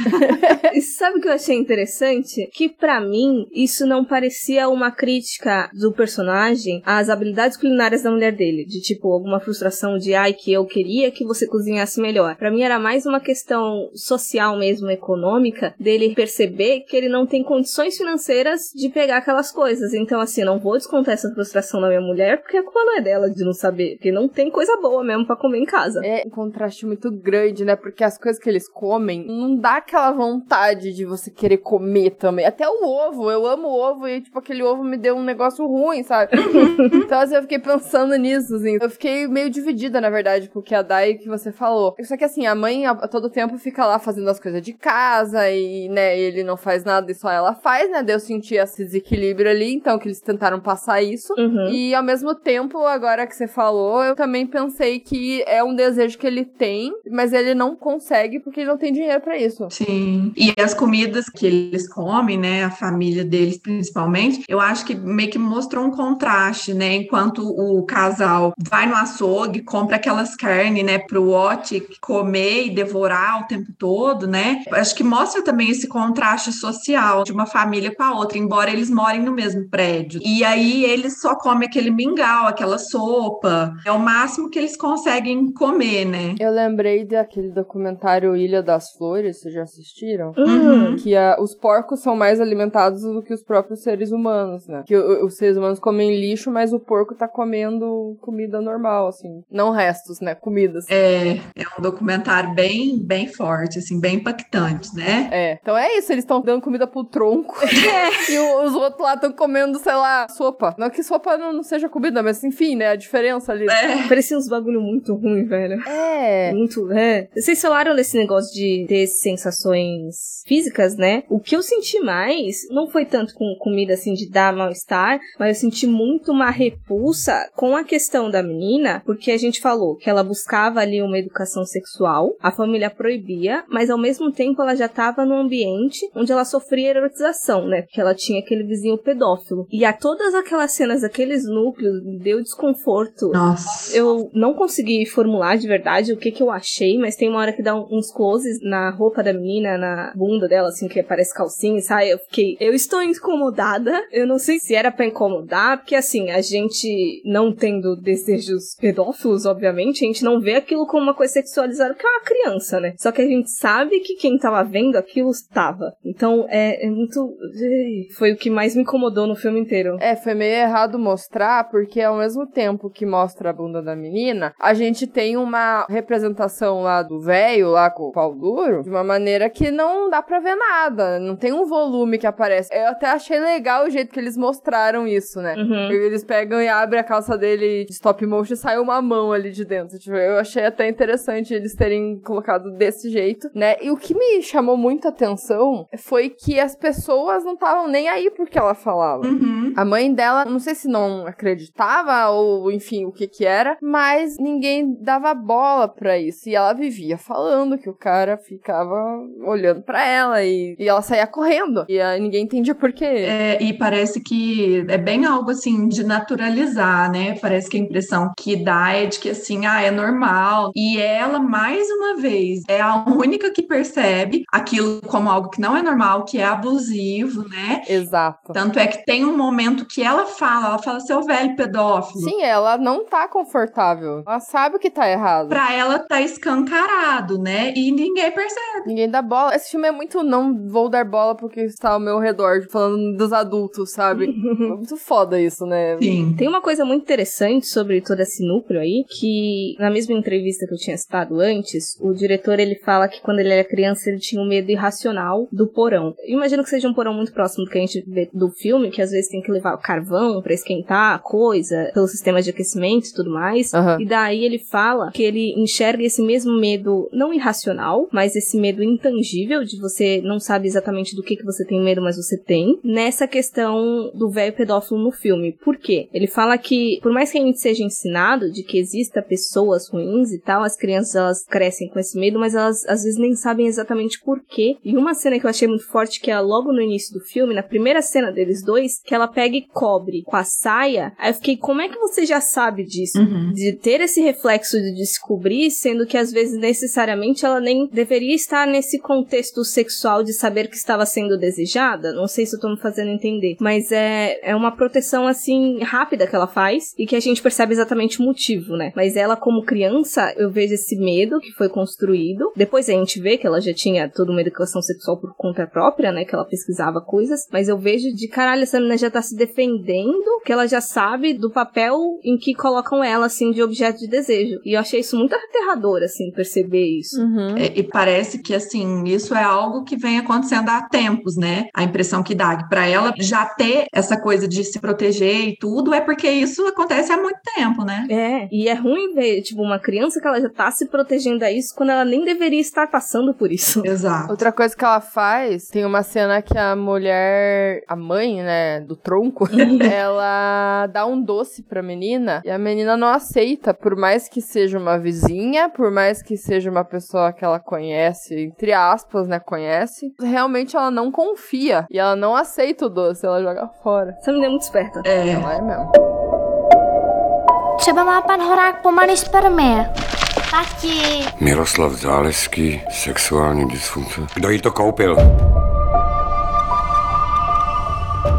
Speaker 2: E sabe o que eu achei interessante? Que pra mim, isso não parecia uma crítica do personagem às habilidades culinárias da mulher dele. De tipo, alguma frustração de, que eu queria que você cozinhasse melhor. Pra mim era mais uma questão social mesmo, econômica, dele perceber que ele não tem condições financeiras de pegar aquelas coisas. Então assim, eu não vou descontar essa frustração na minha mulher, porque a culpa não é dela de não saber. Porque não tem coisa boa mesmo pra comer em casa.
Speaker 4: É um contraste muito grande, né? Porque as coisas que eles comem, não dá aquela vontade de você querer comer também. Até o ovo, eu amo ovo e, tipo, aquele ovo me deu um negócio ruim, sabe? Então, assim, eu fiquei pensando nisso, assim. Eu fiquei meio dividida, na verdade, com o que a Dai que você falou. Só que, assim, a mãe, a todo tempo, fica lá fazendo as coisas de casa e, né, ele não faz nada e só ela faz, né? Daí eu senti esse desequilíbrio ali, então, que eles tentaram passar isso.
Speaker 2: Uhum.
Speaker 4: E, ao mesmo tempo, agora que você falou, eu também pensei que é um desejo que ele tem, mas ele não consegue porque ele não tem dinheiro pra isso.
Speaker 3: Sim. E as comidas que eles comem, né, a família deles principalmente, eu acho que meio que mostrou um contraste, né, enquanto o casal vai no açougue, compra aquelas carnes, né, pro Watty comer e devorar o tempo todo, né, acho que mostra também esse contraste social de uma família com a outra, embora eles morem no mesmo prédio. E aí eles só comem aquele mingau, aquela sopa, é o máximo que eles conseguem comer, né.
Speaker 4: Eu lembrei daquele documentário Ilha das Flores, vocês já assistiram?
Speaker 2: Uhum.
Speaker 4: Que os porcos são mais alimentados do que os próprios seres humanos, né? Que os seres humanos comem lixo, mas o porco tá comendo comida normal, assim. Não restos, né? Comidas.
Speaker 3: É um documentário bem forte, assim, bem impactante, né?
Speaker 4: Então é isso, eles estão dando comida pro tronco. E os outros lá estão comendo, sei lá, sopa. Não que sopa não seja comida, mas enfim, né? A diferença ali.
Speaker 2: Parecia uns bagulho muito ruim, velho. Muito, Vocês falaram desse negócio de ter sensações físicas, né? O que eu senti mais não foi tanto com comida, assim, de dar mal-estar, mas eu senti muito uma repulsa com a questão da menina, porque a gente falou que ela buscava ali uma educação sexual, a família proibia, mas ao mesmo tempo ela já estava num ambiente onde ela sofria erotização, né? Porque ela tinha aquele vizinho pedófilo. E a todas aquelas cenas, aqueles núcleos, me deu desconforto.
Speaker 3: Nossa.
Speaker 2: Eu não consegui formular de verdade o que eu achei, mas tem uma hora que dá uns closes na roupa da menina, na bunda dela, assim, que parece calcinha, sabe? Eu estou incomodada. Eu não sei se era pra incomodar, porque assim, a gente não tendo desejos pedófilos, obviamente, a gente não vê aquilo como uma coisa sexualizada, que é uma criança, né? Só que a gente sabe que quem tava vendo aquilo estava. Então, é muito... Foi o que mais me incomodou no filme inteiro.
Speaker 4: Foi meio errado mostrar, porque ao mesmo tempo que mostra a bunda da menina, a gente tem uma representação lá do velho, lá com o pau duro, de uma maneira que não dá pra ver nada. Não tem um volume que aparece. Eu até achei legal o jeito que eles mostraram isso, né? Eles pegam e abrem a calça dele de stop motion e sai uma mão ali de dentro. Tipo, eu achei até interessante eles terem colocado desse jeito, né? E o que me chamou muita atenção foi que as pessoas não estavam nem aí porque ela falava. A mãe dela, não sei se não acreditava ou, enfim, o que era, mas ninguém dava bola pra isso. E ela vivia falando que o cara ficava olhando pra ela e ela saía correndo. E ninguém entendia por quê.
Speaker 3: E parece que é bem algo, assim, de naturalizar, né? Parece que a impressão que dá é de que, assim, é normal. E ela, mais uma vez, é a única que percebe aquilo como algo que não é normal, que é abusivo, né?
Speaker 4: Exato.
Speaker 3: Tanto é que tem um momento que ela fala, seu velho pedófilo.
Speaker 4: Sim, ela não tá confortável. Ela sabe o que tá errado.
Speaker 3: Pra ela tá escancarado, né? E ninguém percebe.
Speaker 4: Ninguém dá bola. Esse filme é muito não vou dar bola porque está ao meu redor, falando dos adultos, sabe? É muito foda isso, né?
Speaker 3: Sim.
Speaker 2: Tem uma coisa muito interessante sobre todo esse núcleo aí, que na mesma entrevista que eu tinha citado antes, o diretor, ele fala que quando ele era criança, ele tinha um medo irracional do porão. Eu imagino que seja um porão muito próximo do que a gente vê do filme, que às vezes tem que levar carvão pra esquentar a coisa, pelo sistema de aquecimento e tudo mais. E daí ele fala que ele enxerga esse mesmo medo, não irracional, mas esse medo intangível, de você não sabe exatamente do que você tem medo, mas você tem, nessa questão do velho pedófilo no filme. Por quê? Ele fala que, por mais que a gente seja ensinado de que exista pessoas ruins e tal, as crianças, elas crescem com esse medo, mas elas às vezes nem sabem exatamente por quê. E uma cena que eu achei muito forte, que é logo no início do filme, na primeira cena deles dois, que ela pega e cobre com a saia. Aí eu fiquei, como é que você já sabe disso? De ter esse reflexo de descobrir, sendo que às vezes necessariamente ela nem deveria estar nesse contexto sexual de saber que estava sendo desejada. Não sei se eu tô me fazendo entender, mas é uma proteção assim rápida que ela faz e que a gente percebe exatamente o motivo, né? Mas ela, como criança, eu vejo esse medo que foi construído. Depois a gente vê que ela já tinha toda uma educação sexual por conta própria, né? Que ela pesquisava coisas, mas eu vejo de caralho, essa menina já tá se defendendo, que ela já sabe do papel em que colocam ela, assim, de objeto de desejo. E eu achei isso muito aterrador, assim, perceber isso.
Speaker 3: E parece que, assim, isso é algo que vem acontecendo há tempos, né? A impressão que dá, que pra ela já ter essa coisa de se proteger e tudo, é porque isso acontece há muito tempo, né?
Speaker 2: E é ruim ver, tipo, uma criança que ela já tá se protegendo a isso quando ela nem deveria estar passando por isso.
Speaker 3: Exato.
Speaker 4: Outra coisa que ela faz, tem uma cena que a mulher, a mãe, né, do tronco, ela dá um doce pra menina e a menina não aceita, por mais que seja uma vizinha, por mais que seja uma pessoa que ela conhece, entre aspas, né, conhece, realmente ela não confia e ela não aceita o doce, ela joga fora.
Speaker 2: Essa menina é muito esperta.
Speaker 4: Ela é mesmo.
Speaker 6: Třeba má pan Horák pomalý spermie. Tati.
Speaker 7: Miroslav Záleský, sexuální dysfunkce. Kdo jí to koupil?
Speaker 2: Uma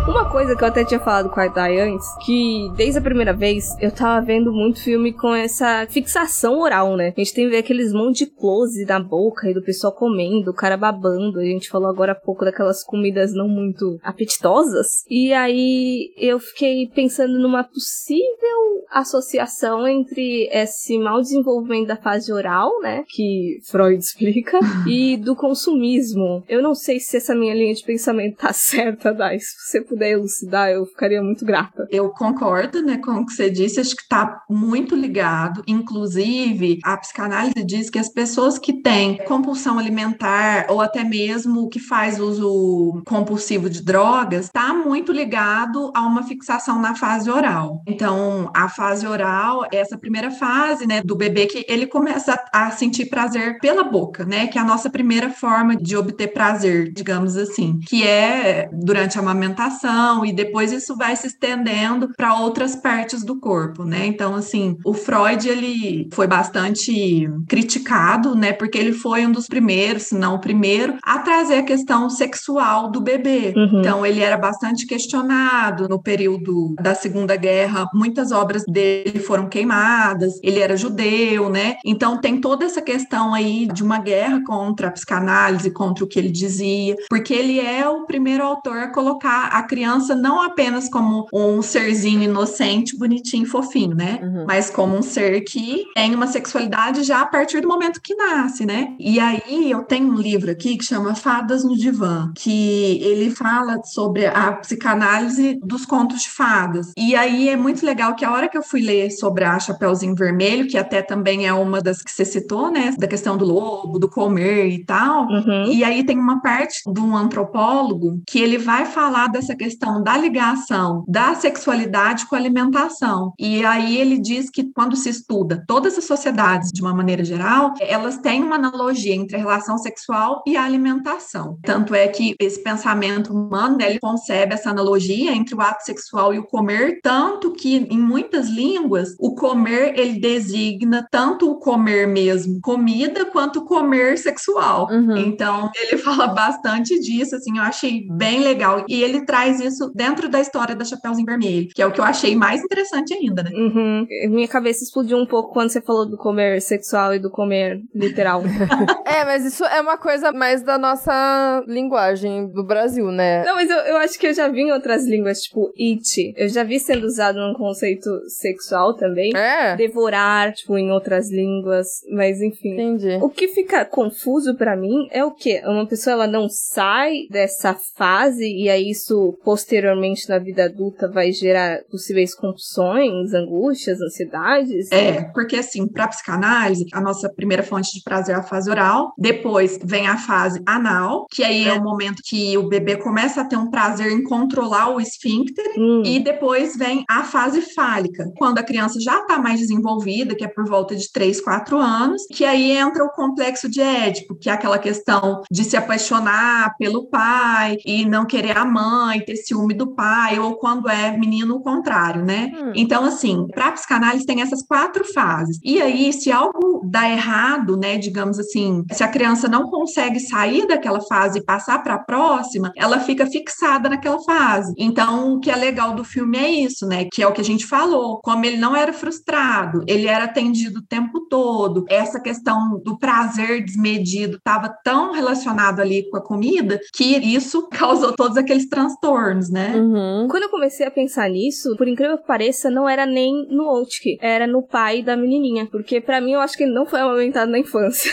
Speaker 2: coisa que eu até tinha falado com a Dai antes, que desde a primeira vez eu tava vendo muito filme com essa fixação oral, né? A gente tem que ver aqueles monte de close na boca e do pessoal comendo, o cara babando. A gente falou agora há pouco daquelas comidas não muito apetitosas. E aí eu fiquei pensando numa possível associação entre esse mau desenvolvimento da fase oral, né? Que Freud explica, e do consumismo. Eu não sei se essa minha linha de pensamento tá certa, Dai. Se você puder elucidar, eu ficaria muito grata.
Speaker 3: Eu concordo, né, com o que você disse, acho que está muito ligado. Inclusive, a psicanálise diz que as pessoas que têm compulsão alimentar ou até mesmo que faz uso compulsivo de drogas, está muito ligado a uma fixação na fase oral. Então, a fase oral é essa primeira fase, né, do bebê que ele começa a sentir prazer pela boca, né, que é a nossa primeira forma de obter prazer, digamos assim, que é durante a amamentação, e depois isso vai se estendendo para outras partes do corpo, né? Então, assim, o Freud, ele foi bastante criticado, né? Porque ele foi um dos primeiros, se não o primeiro, a trazer a questão sexual do bebê. Então, ele era bastante questionado no período da Segunda Guerra. Muitas obras dele foram queimadas. Ele era judeu, né? Então, tem toda essa questão aí de uma guerra contra a psicanálise, contra o que ele dizia, porque ele é o primeiro autor a colocar a criança não apenas como um serzinho inocente, bonitinho, fofinho, né? Mas como um ser que tem uma sexualidade já a partir do momento que nasce, né? E aí eu tenho um livro aqui que chama Fadas no Divã, que ele fala sobre a psicanálise dos contos de fadas. E aí é muito legal que a hora que eu fui ler sobre a Chapeuzinho Vermelho, que até também é uma das que você citou, né? Da questão do lobo, do comer e tal. E aí tem uma parte de um antropólogo que ele vai falar dessa questão da ligação da sexualidade com a alimentação. E aí ele diz que quando se estuda todas as sociedades de uma maneira geral, elas têm uma analogia entre a relação sexual e a alimentação. Tanto é que esse pensamento humano, né, ele concebe essa analogia entre o ato sexual e o comer, tanto que em muitas línguas o comer ele designa tanto o comer mesmo, comida, quanto o comer sexual. Então ele fala bastante disso, assim, eu achei bem legal. E ele traz isso dentro da história da Chapeuzinho Vermelho, que é o que eu achei mais interessante ainda, né?
Speaker 2: Minha cabeça explodiu um pouco quando você falou do comer sexual e do comer literal.
Speaker 4: Mas isso é uma coisa mais da nossa linguagem do Brasil, né?
Speaker 2: Não, mas eu acho que eu já vi em outras línguas, tipo, eat. Eu já vi sendo usado num conceito sexual também. Devorar, tipo, em outras línguas. Mas, enfim.
Speaker 4: Entendi.
Speaker 2: O que fica confuso pra mim é o quê? Uma pessoa, ela não sai dessa fase e aí isso, posteriormente, na vida adulta, vai gerar possíveis compulsões, angústias, ansiedades?
Speaker 3: Porque, assim, pra psicanálise, a nossa primeira fonte de prazer é a fase oral. Depois vem a fase anal, que aí é o momento que o bebê começa a ter um prazer em controlar o esfíncter. E depois vem a fase fálica, quando a criança já está mais desenvolvida, que é por volta de 3, 4 anos, que aí entra o complexo de Édipo, que é aquela questão de se apaixonar pelo pai e não querer a mãe, ter ciúme do pai, ou quando é menino, o contrário, né? Então, assim, para a psicanálise tem essas 4 fases. E aí, se algo dá errado, né, digamos assim, se a criança não consegue sair daquela fase e passar para a próxima, ela fica fixada naquela fase. Então, o que é legal do filme é isso, né, que é o que a gente falou, como ele não era frustrado, ele era atendido o tempo todo, essa questão do prazer desmedido estava tão relacionado ali com a comida, que isso causou todos aqueles transtornos, né?
Speaker 2: Quando eu comecei a pensar nisso, por incrível que pareça, não era nem no Outki, era no pai da menininha, porque pra mim eu acho que ele não foi amamentado na infância.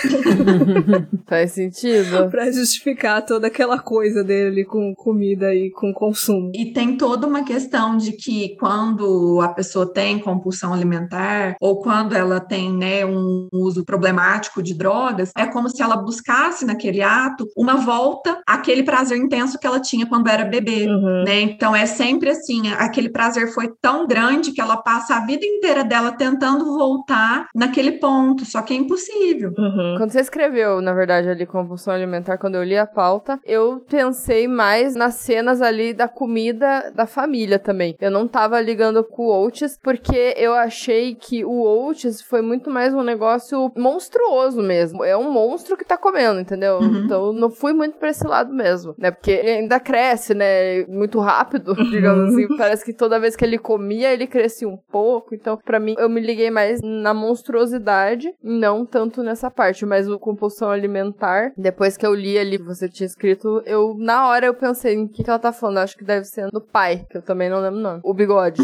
Speaker 4: Faz sentido.
Speaker 2: Pra justificar toda aquela coisa dele com comida e com consumo.
Speaker 3: E tem toda uma questão de que quando a pessoa tem compulsão alimentar ou quando ela tem, né, um uso problemático de drogas, é como se ela buscasse naquele ato uma volta àquele prazer intenso que ela tinha quando era bebê, né? Então é sempre assim, aquele prazer foi tão grande que ela passa a vida inteira dela tentando voltar naquele ponto, só que é impossível.
Speaker 4: Quando você escreveu, na verdade, ali compulsão alimentar, quando eu li a pauta, eu pensei mais nas cenas ali da comida da família também. Eu não tava ligando com o Oates, porque eu achei que o Oates foi muito mais um negócio monstruoso mesmo. É um monstro que tá comendo, entendeu? Então eu não fui muito pra esse lado mesmo, né? Porque ele ainda cresce, né? Muito muito rápido, digamos assim. Parece que toda vez que ele comia, ele crescia um pouco. Então, pra mim, eu me liguei mais na monstruosidade, não tanto nessa parte. Mas o compulsão alimentar, depois que eu li ali, você tinha escrito, na hora eu pensei em que ela tá falando. Acho que deve ser do pai, que eu também não lembro o nome. O Bigode.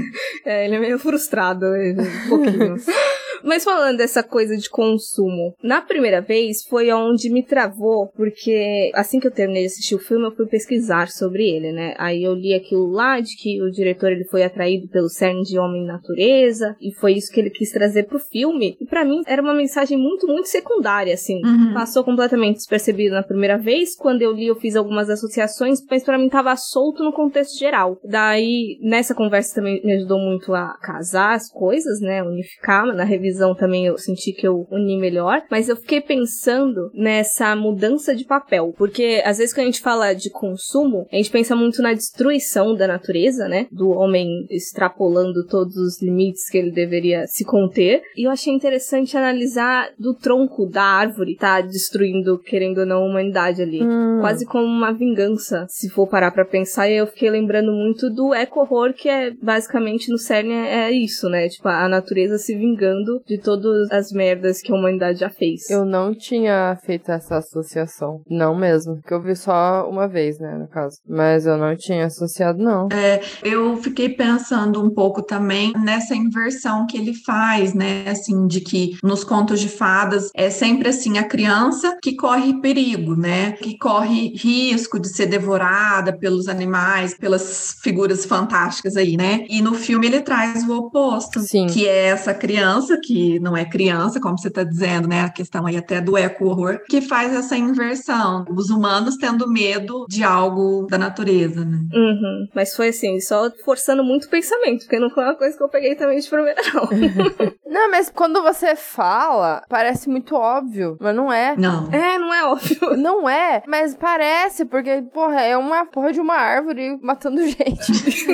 Speaker 2: Ele é meio frustrado, um pouquinho. Mas falando dessa coisa de consumo, na primeira vez foi onde me travou, porque assim que eu terminei de assistir o filme, eu fui pesquisar sobre ele, né? Aí eu li aquilo lá de que o diretor ele foi atraído pelo cerne de homem e natureza, e foi isso que ele quis trazer pro filme. E pra mim era uma mensagem muito, muito secundária, assim. Passou completamente despercebido na primeira vez. Quando eu li, eu fiz algumas associações, mas pra mim tava solto no contexto geral. Daí, nessa conversa também me ajudou muito a casar as coisas, né? Unificar. Na revisão também eu senti que eu uni melhor, mas eu fiquei pensando nessa mudança de papel, porque às vezes quando a gente fala de consumo, a gente pensa muito na destruição da natureza, né, do homem extrapolando todos os limites que ele deveria se conter, e eu achei interessante analisar do tronco da árvore, tá destruindo, querendo ou não, a humanidade ali, quase como uma vingança, se for parar pra pensar, e eu fiquei lembrando muito do eco-horror, que é basicamente no cerne é isso, né, tipo, a natureza se vingando de todas as merdas que a humanidade já fez.
Speaker 4: Eu não tinha feito essa associação. Não mesmo. Porque eu vi só uma vez, né, no caso. Mas eu não tinha associado, não.
Speaker 3: Eu fiquei pensando um pouco também nessa inversão que ele faz, né, assim, de que nos contos de fadas é sempre assim, a criança que corre perigo, né, que corre risco de ser devorada pelos animais, pelas figuras fantásticas aí, né, e no filme ele traz o oposto.
Speaker 4: Sim.
Speaker 3: Que é essa criança que não é criança, como você está dizendo, né, a questão aí até do eco-horror, que faz essa inversão, os humanos tendo medo de algo da natureza, né.
Speaker 2: Mas foi assim, só forçando muito o pensamento, porque não foi uma coisa que eu peguei também de primeira, não.
Speaker 4: Não, mas quando você fala, parece muito óbvio, mas não é.
Speaker 3: Não.
Speaker 2: Não é óbvio.
Speaker 4: Não é, mas parece, porque, porra, é uma porra de uma árvore matando gente.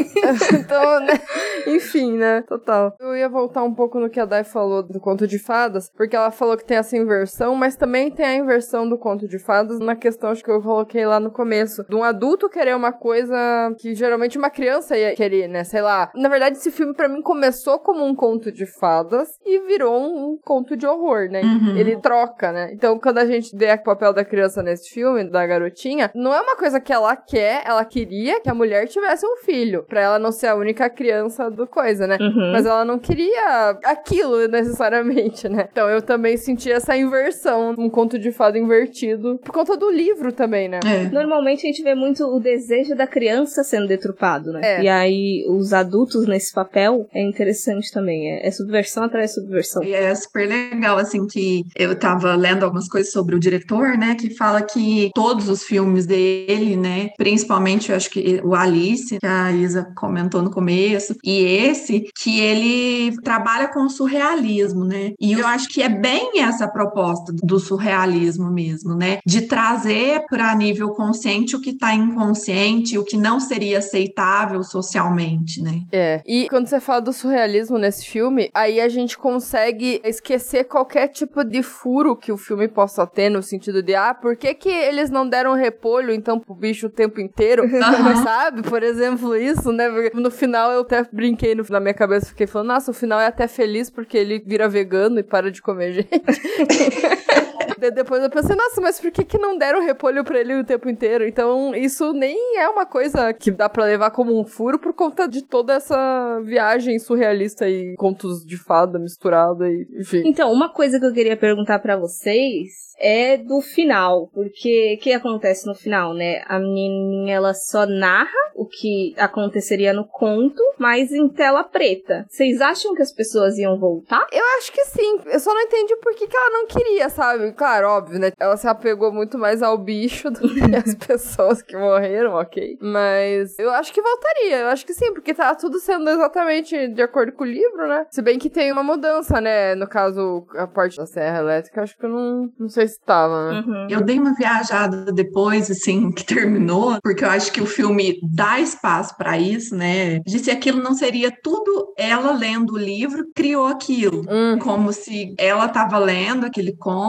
Speaker 4: Então, né, enfim, né, total. Eu ia voltar um pouco no que a Dai falou do conto de fadas, porque ela falou que tem essa inversão, mas também tem a inversão do conto de fadas na questão, acho que eu coloquei lá no começo, de um adulto querer uma coisa que geralmente uma criança ia querer, né, sei lá. Na verdade, esse filme pra mim começou como um conto de fadas e virou um conto de horror, né? Ele troca, né? Então, quando a gente vê o papel da criança nesse filme, da garotinha, não é uma coisa que ela quer, ela queria que a mulher tivesse um filho, pra ela não ser a única criança do coisa, né? Mas ela não queria aquilo necessariamente, né? Então, eu também senti essa inversão, um conto de fada invertido, por conta do livro também, né?
Speaker 2: Normalmente a gente vê muito o desejo da criança sendo deturpado, né? E aí, os adultos nesse papel é interessante também. É subversão atrás de subversão.
Speaker 3: E é super legal, assim, que eu tava lendo algumas coisas sobre o diretor, né, que fala que todos os filmes dele, né, principalmente, eu acho que o Alice, que a Isa comentou no começo, e esse, que ele trabalha com o surrealismo, né, e eu acho que é bem essa proposta do surrealismo mesmo, né, de trazer para nível consciente o que tá inconsciente, o que não seria aceitável socialmente, né.
Speaker 4: E quando você fala do surrealismo nesse filme, aí a gente consegue esquecer qualquer tipo de furo que o filme possa ter, no sentido de, por que eles não deram repolho, então, pro bicho o tempo inteiro, sabe? Por exemplo, isso, né? Porque no final eu até brinquei na minha cabeça, fiquei falando, nossa, o final é até feliz porque ele vira vegano e para de comer gente. Depois eu pensei, nossa, mas por que não deram repolho pra ele o tempo inteiro? Então, isso nem é uma coisa que dá pra levar como um furo por conta de toda essa viagem surrealista e contos de fada misturada e enfim.
Speaker 2: Então, uma coisa que eu queria perguntar pra vocês é do final, porque o que acontece no final, né? A menininha, ela só narra o que aconteceria no conto, mas em tela preta. Vocês acham que as pessoas iam voltar?
Speaker 4: Eu acho que sim. Eu só não entendi por que ela não queria, sabe? Claro, óbvio, né? Ela se apegou muito mais ao bicho do que as pessoas que morreram, ok? Mas eu acho que voltaria. Eu acho que sim, porque tá tudo sendo exatamente de acordo com o livro, né? Se bem que tem uma mudança, né? No caso, a parte da serra elétrica, acho que eu não sei se tava, né?
Speaker 3: Eu dei uma viajada depois, assim, que terminou, porque eu acho que o filme dá espaço pra isso, né? De se aquilo não seria tudo ela lendo o livro, criou aquilo. Como se ela tava lendo aquele conto, aquela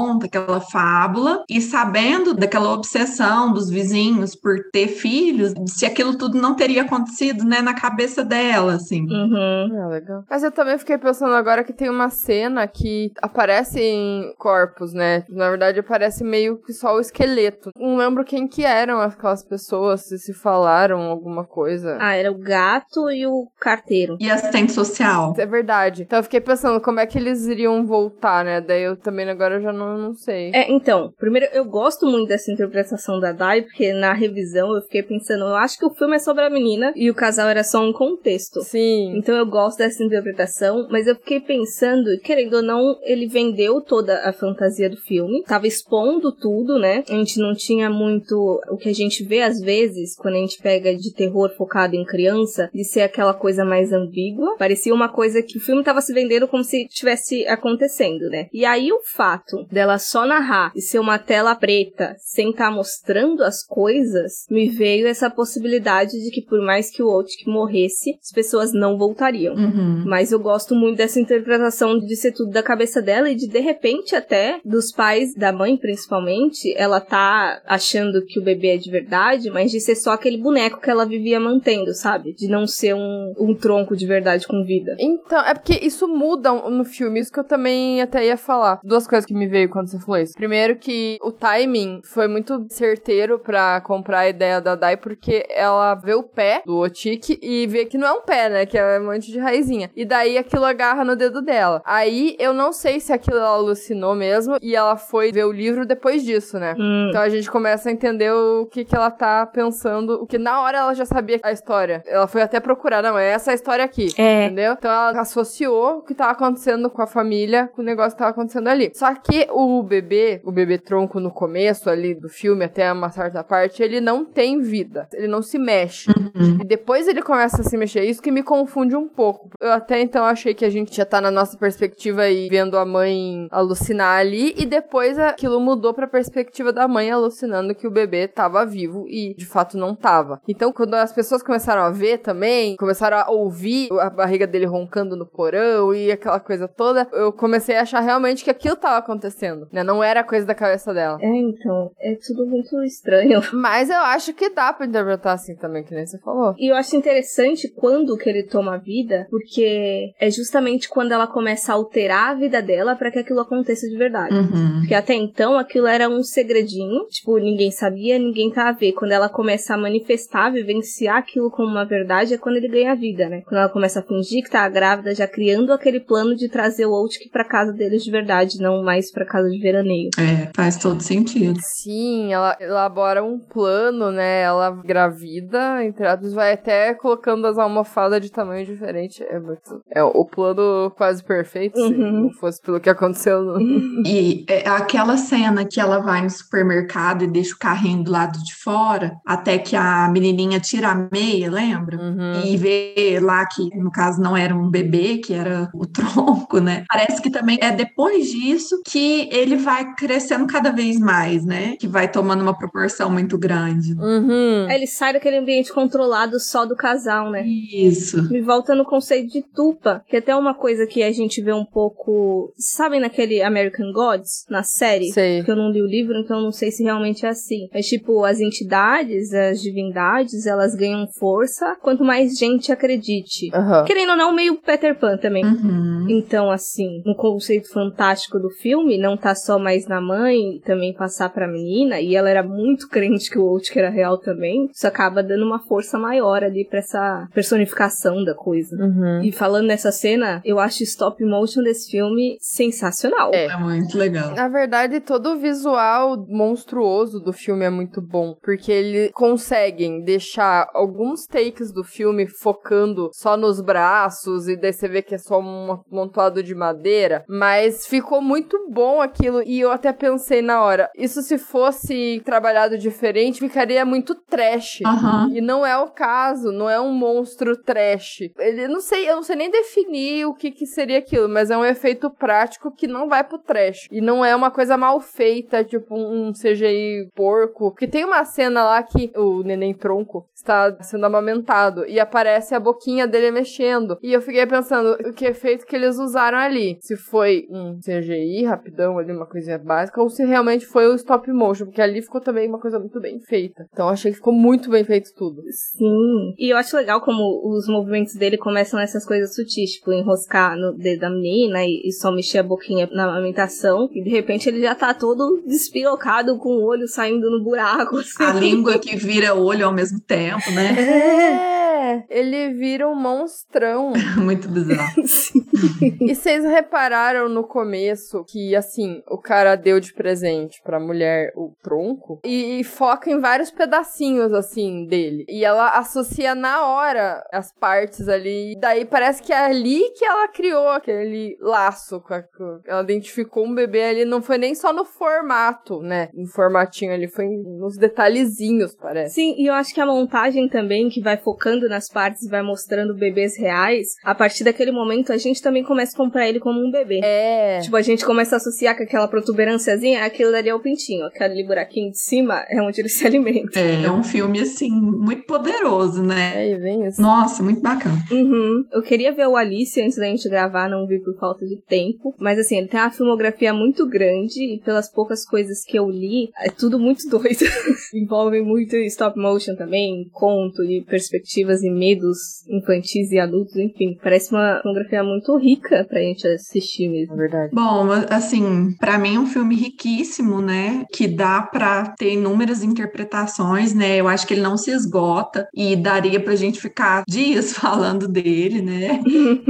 Speaker 3: daquela fábula e sabendo daquela obsessão dos vizinhos por ter filhos, se aquilo tudo não teria acontecido, né, na cabeça dela, assim.
Speaker 4: Legal. Mas eu também fiquei pensando agora que tem uma cena que aparece em corpos, né? Na verdade, aparece meio que só o esqueleto. Não lembro quem que eram aquelas pessoas, se falaram alguma coisa.
Speaker 2: Era o gato e o carteiro.
Speaker 3: E assistente social.
Speaker 4: É verdade. Então eu fiquei pensando como é que eles iriam voltar, né? Daí eu também agora eu já não sei.
Speaker 2: Então, primeiro eu gosto muito dessa interpretação da Dai, porque na revisão eu fiquei pensando, eu acho que o filme é sobre a menina e o casal era só um contexto.
Speaker 4: Sim.
Speaker 2: Então eu gosto dessa interpretação, mas eu fiquei pensando, querendo ou não, ele vendeu toda a fantasia do filme, tava expondo tudo, né? A gente não tinha muito o que a gente vê às vezes, quando a gente pega de terror focado em criança, de ser aquela coisa mais ambígua. Parecia uma coisa que o filme tava se vendendo como se tivesse acontecendo, né? E aí o fato dela só narrar e ser uma tela preta, sem estar mostrando as coisas, me veio essa possibilidade de que por mais que o Wojciech morresse, as pessoas não voltariam. Mas eu gosto muito dessa interpretação de ser tudo da cabeça dela e de repente até dos pais, da mãe principalmente, ela tá achando que o bebê é de verdade, mas de ser só aquele boneco que ela vivia mantendo, sabe? De não ser um tronco de verdade com vida.
Speaker 4: Então, é porque isso muda no filme, isso que eu também até ia falar. Duas coisas que me veio quando você falou isso. Primeiro que o timing foi muito certeiro pra comprar a ideia da Dai, porque ela vê o pé do Wojciech e vê que não é um pé, né? Que é um monte de raizinha. E daí aquilo agarra no dedo dela. Aí eu não sei se aquilo ela alucinou mesmo e ela foi ver o livro depois disso, né? Então a gente começa a entender o que ela tá pensando, o que na hora ela já sabia a história. Ela foi até procurar, não, é essa a história aqui, entendeu? Então ela associou o que tava acontecendo com a família com o negócio que tava acontecendo ali. Só que o bebê tronco no começo ali do filme, até uma certa parte, ele não tem vida, ele não se mexe. E depois ele começa a se mexer, isso que me confunde um pouco. Eu até então achei que a gente já tá na nossa perspectiva e vendo a mãe alucinar ali, e depois aquilo mudou pra perspectiva da mãe alucinando que o bebê tava vivo e de fato não tava. Então quando as pessoas começaram a ver também, começaram a ouvir a barriga dele roncando no porão e aquela coisa toda, eu comecei a achar realmente que aquilo tava acontecendo, né? Não era coisa da cabeça dela.
Speaker 2: Então, é tudo muito estranho.
Speaker 4: Mas eu acho que dá pra interpretar assim também, que nem você falou.
Speaker 2: E eu acho interessante quando que ele toma a vida, porque é justamente quando ela começa a alterar a vida dela pra que aquilo aconteça de verdade. Porque até então aquilo era um segredinho, tipo, ninguém sabia, ninguém tá a ver. Quando ela começa a manifestar, vivenciar aquilo como uma verdade, é quando ele ganha vida, né? Quando ela começa a fingir que tá grávida, já criando aquele plano de trazer o Wojciech pra casa deles de verdade, não mais pra casa de veraneio.
Speaker 3: Faz todo sentido.
Speaker 4: Sim, ela elabora um plano, né? Ela gravida, entre aspas, vai até colocando as almofadas de tamanho diferente. É o plano quase perfeito, se não fosse pelo que aconteceu.
Speaker 3: E aquela cena que ela vai no supermercado e deixa o carrinho do lado de fora, até que a menininha tira a meia, lembra? E vê lá que, no caso, não era um bebê, que era o tronco, né? Parece que também é depois disso que ele vai crescendo cada vez mais, né? Que vai tomando uma proporção muito grande.
Speaker 2: Ele sai daquele ambiente controlado só do casal, né?
Speaker 3: Isso.
Speaker 2: Me volta no conceito de tupa, que é até uma coisa que a gente vê um pouco... Sabem naquele American Gods, na série?
Speaker 4: Sei.
Speaker 2: Porque eu não li o livro, então não sei se realmente é assim. Mas tipo, as entidades, as divindades, elas ganham força quanto mais gente acredite. Querendo ou não, meio Peter Pan também. Então, assim, no conceito fantástico do filme, não tá só mais na mãe, também passar pra menina, e ela era muito crente que o Wojciech era real também, isso acaba dando uma força maior ali pra essa personificação da coisa. E falando nessa cena, eu acho o stop motion desse filme sensacional.
Speaker 3: É muito legal.
Speaker 4: Na verdade, todo o visual monstruoso do filme é muito bom, porque eles conseguem deixar alguns takes do filme focando só nos braços, e daí você vê que é só um amontoado de madeira, mas ficou muito bom aquilo, e eu até pensei na hora, isso se fosse trabalhado diferente, ficaria muito trash. E não é o caso, não é um monstro trash. Eu não sei nem definir o que seria aquilo, mas é um efeito prático que não vai pro trash. E não é uma coisa mal feita, tipo um CGI porco. Porque tem uma cena lá que o neném tronco está sendo amamentado e aparece a boquinha dele mexendo. E eu fiquei pensando, o que efeito que eles usaram ali? Se foi um CGI rapidão ali, uma coisa coisinha básica, ou se realmente foi o stop motion, porque ali ficou também uma coisa muito bem feita. Então achei que ficou muito bem feito tudo.
Speaker 2: Sim. E eu acho legal como os movimentos dele começam nessas coisas sutis, tipo, enroscar no dedo da menina e só mexer a boquinha na amamentação. E de repente ele já tá todo despirocado com o olho saindo no buraco. Assim.
Speaker 3: A língua que vira olho ao mesmo tempo, né?
Speaker 4: Ele vira um monstrão.
Speaker 3: Muito bizarro.
Speaker 4: E vocês repararam no começo que, assim, o cara deu de presente pra mulher o tronco e foca em vários pedacinhos, assim, dele. E ela associa na hora as partes ali. E daí parece que é ali que ela criou aquele laço. Ela identificou um bebê ali. Não foi nem só no formato, né? No formatinho ali. Foi nos detalhezinhos, parece.
Speaker 2: Sim, e eu acho que a montagem também, que vai focando nas partes e vai mostrando bebês reais, a partir daquele momento a gente também começa a comprar ele como um bebê.
Speaker 4: Tipo,
Speaker 2: a gente começa a associar com aquela protuberânciazinha, aquilo dali é o pintinho, aquele buraquinho de cima é onde ele se alimenta.
Speaker 3: É um filme, assim, muito poderoso, né?
Speaker 4: Vem isso.
Speaker 3: Nossa, muito bacana.
Speaker 2: Eu queria ver o Alice antes da gente gravar, não vi por falta de tempo, mas assim, ele tem uma filmografia muito grande e pelas poucas coisas que eu li, é tudo muito doido. Envolve muito stop motion também, conto e perspectivas e medos infantis e adultos, enfim. Parece uma filmografia muito rica pra gente assistir mesmo.
Speaker 4: É verdade.
Speaker 3: Bom, assim, pra mim é um filme riquíssimo, né? Que dá pra ter inúmeras interpretações, né? Eu acho que ele não se esgota e daria pra gente ficar dias falando dele, né?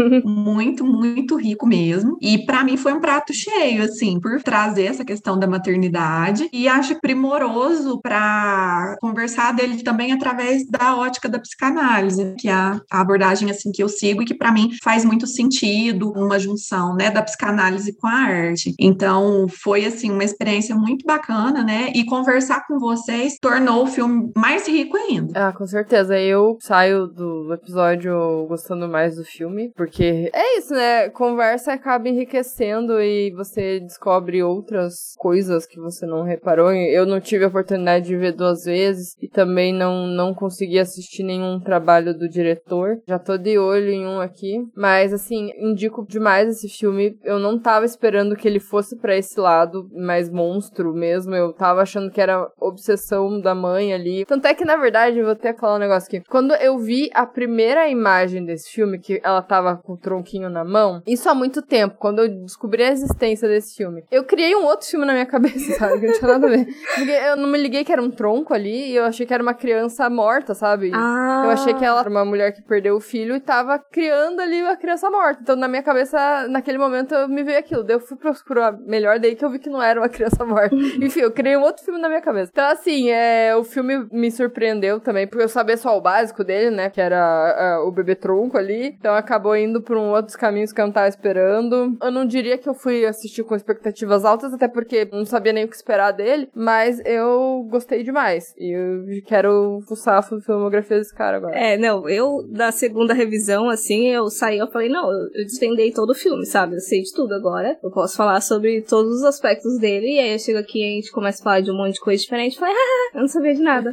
Speaker 3: Muito, muito rico mesmo. E pra mim foi um prato cheio, assim, por trazer essa questão da maternidade. E acho primoroso pra conversar dele também através da ótica da psicanálise, que é a abordagem, assim, que eu sigo e que pra mim faz muito sentido, uma junção, né, da psicanálise com a arte. Então, foi, assim, uma experiência muito bacana, né, e conversar com vocês tornou o filme mais rico ainda.
Speaker 4: Com certeza. Eu saio do episódio gostando mais do filme, porque é isso, né, conversa acaba enriquecendo e você descobre outras coisas que você não reparou. Eu não tive a oportunidade de ver 2 vezes e também não consegui assistir nenhum trabalho do diretor. Já tô de olho em um aqui, mas assim, indico demais esse filme. Eu não tava esperando que ele fosse pra esse lado mais monstro mesmo, eu tava achando que era obsessão da mãe ali. Tanto é que, na verdade, eu vou até falar um negócio aqui. Quando eu vi a primeira imagem desse filme, que ela tava com o tronquinho na mão, isso há muito tempo, quando eu descobri a existência desse filme, eu criei um outro filme na minha cabeça, sabe? Que não tinha nada a ver. Porque eu não me liguei que era um tronco ali, e eu achei que era uma criança morta, sabe? Eu achei que ela era uma mulher que perdeu o filho e tava criando ali a criança morta. Então, na minha cabeça, naquele momento, me veio aquilo. Daí eu fui procurar melhor, daí que eu vi que não era uma criança morta. Enfim, eu criei um outro filme na minha cabeça. Então, assim, o filme me surpreendeu também, porque eu sabia só o básico dele, né? Que era o bebê tronco ali. Então, acabou indo por outros caminhos que eu não tava esperando. Eu não diria que eu fui assistir com expectativas altas, até porque não sabia nem o que esperar dele, mas eu gostei demais. E eu quero fuçar a filmografia desse cara agora.
Speaker 2: Eu, da segunda revisão, assim, eu saí, eu falei, não, eu desvendei todo o filme, sabe? Eu sei de tudo agora. Eu posso falar sobre todos os aspectos dele. E aí eu chego aqui e a gente começa a falar de um monte de coisa diferente. Eu falei, eu não sabia de nada.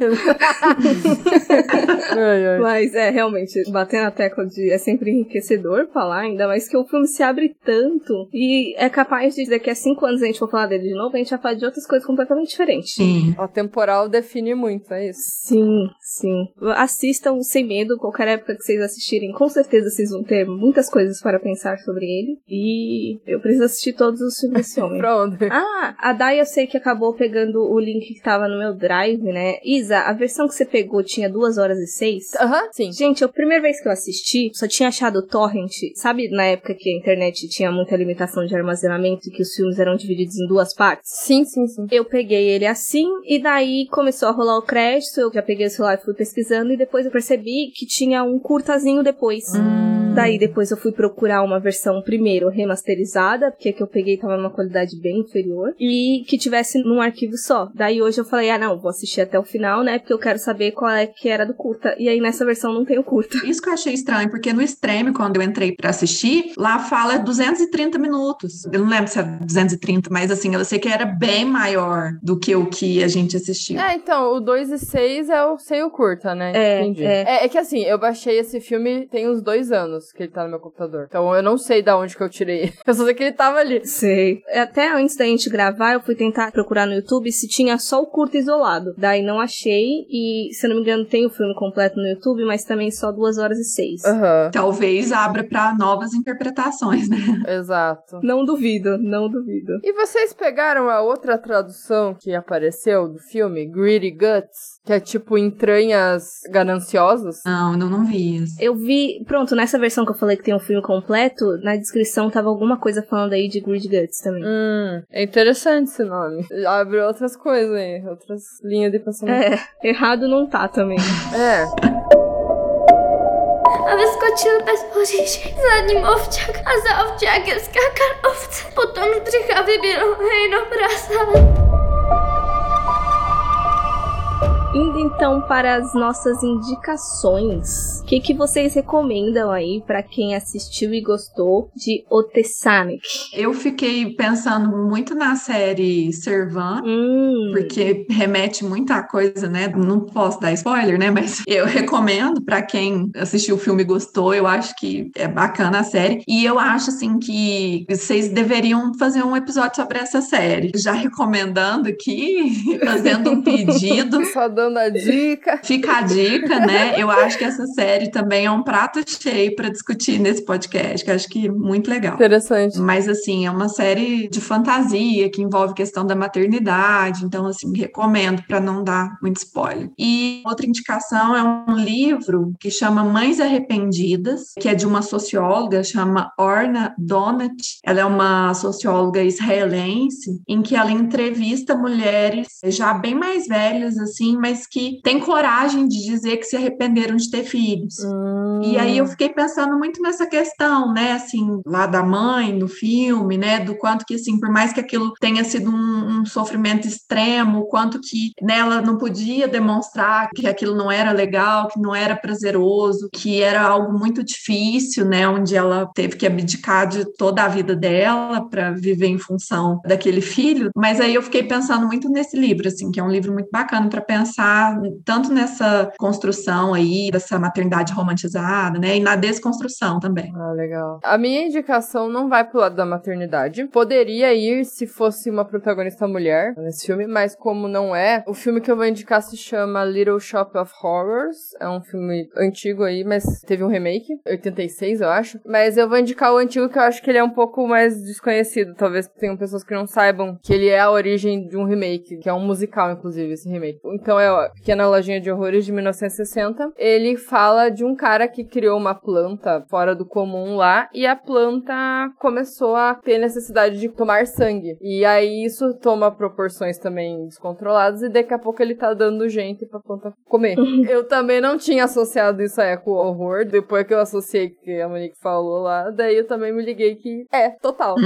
Speaker 2: Mas realmente, bater na tecla de é sempre enriquecedor falar, ainda mais que o filme se abre tanto. E é capaz de daqui a 5 anos a gente for falar dele de novo, a gente vai falar de outras coisas completamente diferentes.
Speaker 3: Sim.
Speaker 4: O temporal define muito, é isso?
Speaker 2: Sim. Assistam sem medo, qualquer época que vocês assistirem, com certeza vocês vão ter muitas coisas para pensar sobre ele. E eu preciso assistir todos os filmes desse homem.
Speaker 4: Pronto.
Speaker 2: A Dai eu sei que acabou pegando o link que tava no meu drive, né? Isa, a versão que você pegou tinha 2h06?
Speaker 4: Sim.
Speaker 2: Gente, a primeira vez que eu assisti, só tinha achado o torrent. Sabe na época que a internet tinha muita limitação de armazenamento e que os filmes eram divididos em 2 partes?
Speaker 4: Sim.
Speaker 2: Eu peguei ele assim, e daí começou a rolar o crédito, eu já peguei o celular e fui pesquisando, e depois eu percebi que tinha um curtazinho depois. Daí depois eu fui procurar uma versão primeiro remasterizada, porque a que eu peguei tava numa qualidade bem inferior, e que tivesse num arquivo só. Daí hoje eu falei, não, vou assistir até o final, né, porque eu quero saber qual é que era do curta. E aí nessa versão não tem o curta.
Speaker 3: Isso que eu achei estranho, porque no Stream, quando eu entrei pra assistir, lá fala 230 minutos. Eu não lembro se é 230, mas assim, eu sei que era bem maior do que o que a gente assistiu.
Speaker 4: Então, o 2 e 6 é o sem o curta, né? Entendi. É que assim, eu baixei esse filme tem uns 2 anos que ele tá no meu computador. Então eu não sei da onde que eu tirei. Eu só sei que ele tava ali.
Speaker 2: Sei. Até antes da gente gravar, eu fui tentar procurar no YouTube se tinha só o curto isolado. Daí não achei e, se eu não me engano, tem o filme completo no YouTube, mas também só 2 horas e 6.
Speaker 3: Talvez abra pra novas interpretações, né?
Speaker 4: Exato.
Speaker 2: Não duvido, não duvido.
Speaker 4: E vocês pegaram a outra tradução que apareceu do filme, Greedy Guts? Que é tipo entranhas gananciosas?
Speaker 3: Não vi isso.
Speaker 2: Eu vi, pronto, nessa versão que eu falei que tem um filme completo, na descrição tava alguma coisa falando aí de Greedy Guts também.
Speaker 4: É interessante esse nome. Abre outras coisas aí, outras linhas de pensamento.
Speaker 2: Errado não tá também.
Speaker 6: A wyskoczył bez pożycia, zanim owczak, a za owczakiem skakał owce. Potem strycha wybierał hejno prasa.
Speaker 2: Indo então para as nossas indicações, o que vocês recomendam aí para quem assistiu e gostou de O Tessanic?
Speaker 3: Eu fiquei pensando muito na série Servant, porque remete muita coisa, né? Não posso dar spoiler, né? Mas eu recomendo para quem assistiu o filme e gostou. Eu acho que é bacana a série. E eu acho, assim, que vocês deveriam fazer um episódio sobre essa série. Já recomendando aqui, fazendo um pedido.
Speaker 4: Só dando a dica.
Speaker 3: Fica a dica, né? Eu acho que essa série também é um prato cheio para discutir nesse podcast, que eu acho que é muito legal.
Speaker 4: Interessante.
Speaker 3: Mas, assim, é uma série de fantasia que envolve questão da maternidade, então, assim, recomendo para não dar muito spoiler. E outra indicação é um livro que chama Mães Arrependidas, que é de uma socióloga, chama Orna Donath. Ela é uma socióloga israelense, em que ela entrevista mulheres já bem mais velhas, assim, mas que têm coragem de dizer que se arrependeram de ter filhos. E aí eu fiquei pensando muito nessa questão, né, assim, lá da mãe, no filme, né, do quanto que, assim, por mais que aquilo tenha sido um sofrimento extremo, o quanto que, né, ela não podia demonstrar que aquilo não era legal, que não era prazeroso, que era algo muito difícil, né, onde ela teve que abdicar de toda a vida dela para viver em função daquele filho. Mas aí eu fiquei pensando muito nesse livro, assim, que é um livro muito bacana para pensar tanto nessa construção aí dessa maternidade romantizada, né, e na desconstrução também.
Speaker 4: Legal. A minha indicação não vai pro lado da maternidade. Poderia ir se fosse uma protagonista mulher nesse filme, mas como não é, o filme que eu vou indicar se chama Little Shop of Horrors. É um filme antigo aí, mas teve um remake, 86, eu acho. Mas eu vou indicar o antigo, que eu acho que ele é um pouco mais desconhecido. Talvez tenham pessoas que não saibam que ele é a origem de um remake, que é um musical, inclusive, esse remake. Então é Pequena Lojinha de Horrores, de 1960. Ele fala de um cara que criou uma planta fora do comum lá, e a planta começou a ter necessidade de tomar sangue. E aí isso toma proporções também descontroladas, e daqui a pouco ele tá dando gente pra planta comer. Eu também não tinha associado isso a eco-horror, depois que eu associei que a Monique falou lá, daí eu também me liguei que total.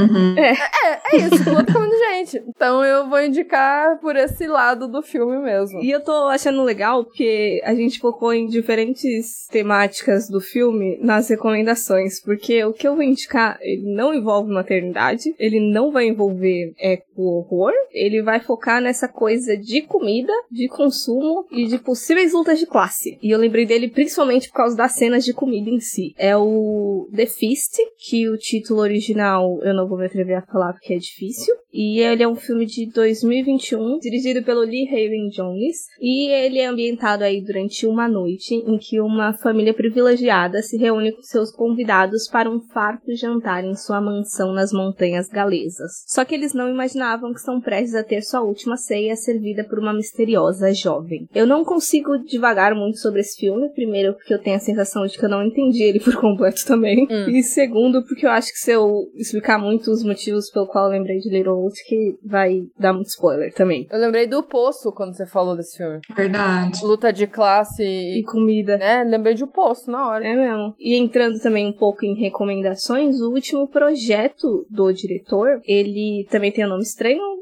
Speaker 4: É isso, planta comendo gente. Então eu vou indicar por esse lado do filme mesmo.
Speaker 2: E eu tô achando legal porque a gente focou em diferentes temáticas do filme nas recomendações, porque o que eu vou indicar, ele não envolve maternidade, ele não vai envolver eco-horror, ele vai focar nessa coisa de comida, de consumo e de possíveis lutas de classe. E eu lembrei dele principalmente por causa das cenas de comida em si. É o The Feast, que o título original eu não vou me atrever a falar porque é difícil. E ele é um filme de 2021, dirigido pelo Lee Haven Jones, e ele é ambientado aí durante uma noite em que uma família privilegiada se reúne com seus convidados para um farto jantar em sua mansão nas montanhas galesas. Só que eles não imaginavam que estão prestes a ter sua última ceia servida por uma misteriosa jovem. Eu não consigo divagar muito sobre esse filme, primeiro porque eu tenho a sensação de que eu não entendi ele por completo também, e segundo porque eu acho que se eu explicar muito os motivos pelo qual eu lembrei de Little Old, que vai dar muito spoiler também.
Speaker 4: Eu lembrei do Poço quando você falou desse filme.
Speaker 3: Verdade.
Speaker 4: Luta de classe
Speaker 2: E comida.
Speaker 4: né? Lembrei de O Poço na hora.
Speaker 2: É mesmo. E entrando também um pouco em recomendações, o último projeto do diretor, ele também tem um nome estranho,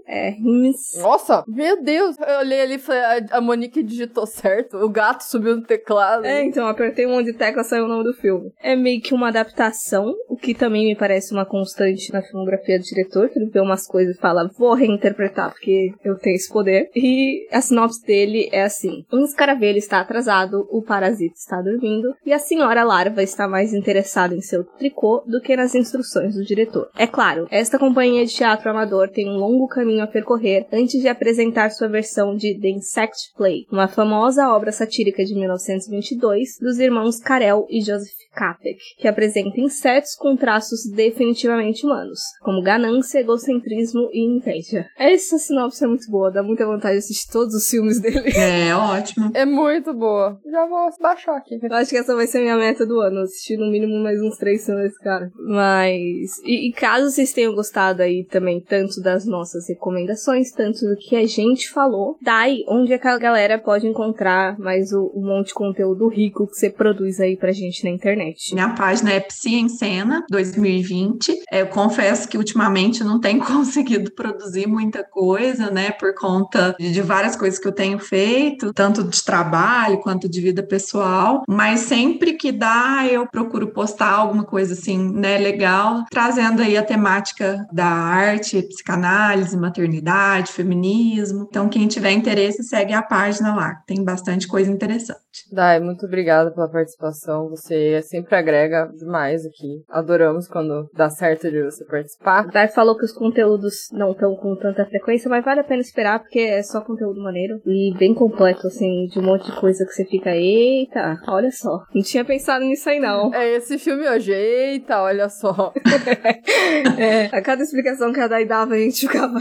Speaker 4: Nossa, meu Deus. Eu olhei ali e falei, a Monique digitou certo. O gato subiu no teclado.
Speaker 2: Então eu apertei um monte de tecla, saiu o nome do filme. É meio que uma adaptação, o que também me parece uma constante na filmografia do diretor, que ele vê umas coisas e fala, vou reinterpretar porque eu tenho esse poder. E a sinopse dele é assim: um escaravelho está atrasado, o parasita está dormindo, e a senhora larva está mais interessada em seu tricô do que nas instruções do diretor. É claro, esta companhia de teatro amador tem um longo caminho a percorrer antes de apresentar sua versão de The Insect Play, uma famosa obra satírica de 1922 dos irmãos Karel e Joseph Čapek, que apresenta insetos com traços definitivamente humanos, como ganância, egocentrismo e inveja. Essa sinopse é muito boa, dá muita vontade de assistir todos os filmes dele.
Speaker 3: É, ótimo.
Speaker 4: É muito boa. Já vou baixar aqui.
Speaker 2: Eu acho que essa vai ser a minha meta do ano, assistir no mínimo mais uns 3 filmes desse cara. Mas... E caso vocês tenham gostado aí também, tanto das nossas recomendações, tanto do que a gente falou, daí onde é que a galera pode encontrar mais um monte de conteúdo rico que você produz aí pra gente na internet.
Speaker 3: Minha página é Psi em Cena 2020. Eu confesso que ultimamente não tenho conseguido produzir muita coisa, né, por conta de várias coisas que eu tenho feito, tanto de trabalho quanto de vida pessoal, mas sempre que dá eu procuro postar alguma coisa assim, né, legal, trazendo aí a temática da arte, psicanálise, maternidade, feminismo. Então quem tiver interesse segue a página lá, tem bastante coisa interessante.
Speaker 4: Dai, muito obrigada pela participação, você sempre agrega demais aqui. Adoramos quando dá certo de você participar.
Speaker 2: A Dai falou que os conteúdos não estão com tanta frequência, mas vale a pena esperar, porque é só conteúdo maneiro e bem completo, assim, de um monte de coisa que você fica, eita, olha só, não tinha pensado nisso aí não.
Speaker 4: É esse filme hoje, eita, olha só.
Speaker 2: A cada explicação que a Dai dava, a gente ficava,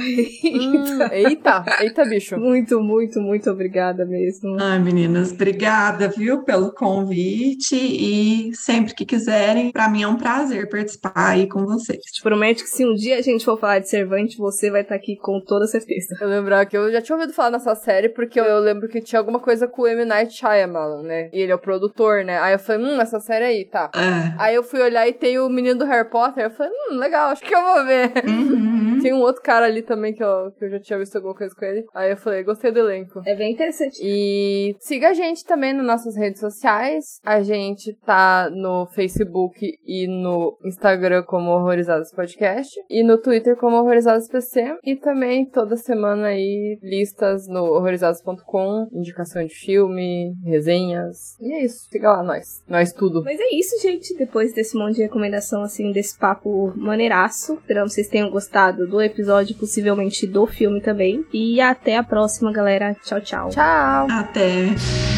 Speaker 4: eita, bicho.
Speaker 2: Muito, muito, muito obrigada mesmo.
Speaker 3: Ai, meninas, obrigada, viu, pelo convite e sempre que quiserem, pra mim é um prazer participar aí com vocês.
Speaker 2: Te prometo que se um dia a gente for falar de Servante, você vai estar aqui com toda certeza.
Speaker 4: Eu lembrar que eu já tinha ouvido falar nessa série, porque eu lembro que tinha alguma coisa com o M. Night Shyamalan, né? E ele é o produtor, né? Aí eu falei, essa série aí, tá. Aí eu fui olhar e tem o menino do Harry Potter, eu falei, legal, acho que eu vou ver.
Speaker 3: Uhum.
Speaker 4: Tem um outro cara ali também que eu já tinha visto alguma coisa com ele. Aí eu falei, gostei do elenco.
Speaker 2: É bem interessante.
Speaker 4: E siga a gente também nas nossas redes sociais. A gente tá no Facebook e no Instagram como Horrorizadas Podcast. E no Twitter como Horrorizadas PC. E também toda semana aí listas no horrorizadas.com, indicação de filme, resenhas. E é isso. Siga lá nós tudo.
Speaker 2: Mas é isso, gente. Depois desse monte de recomendação, assim, desse papo maneiraço. Esperamos que vocês tenham gostado do episódio, possivelmente do filme também. E até a próxima, galera. Tchau, tchau.
Speaker 4: Tchau.
Speaker 3: Até.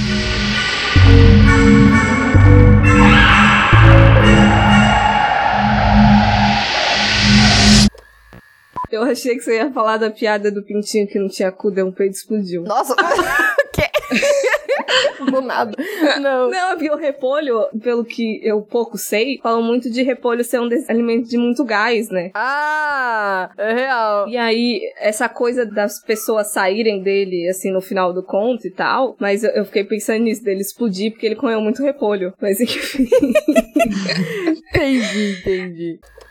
Speaker 2: Eu achei que você ia falar da piada do pintinho que não tinha cu, deu um peido e explodiu.
Speaker 4: Nossa, o quê? Do nada. Não,
Speaker 2: é porque o repolho, pelo que eu pouco sei, falam muito de repolho ser um alimento de muito gás, né?
Speaker 4: Ah, é real.
Speaker 2: E aí, essa coisa das pessoas saírem dele, assim, no final do conto e tal, mas eu fiquei pensando nisso, dele explodir porque ele comeu muito repolho. Mas enfim.
Speaker 4: Entendi.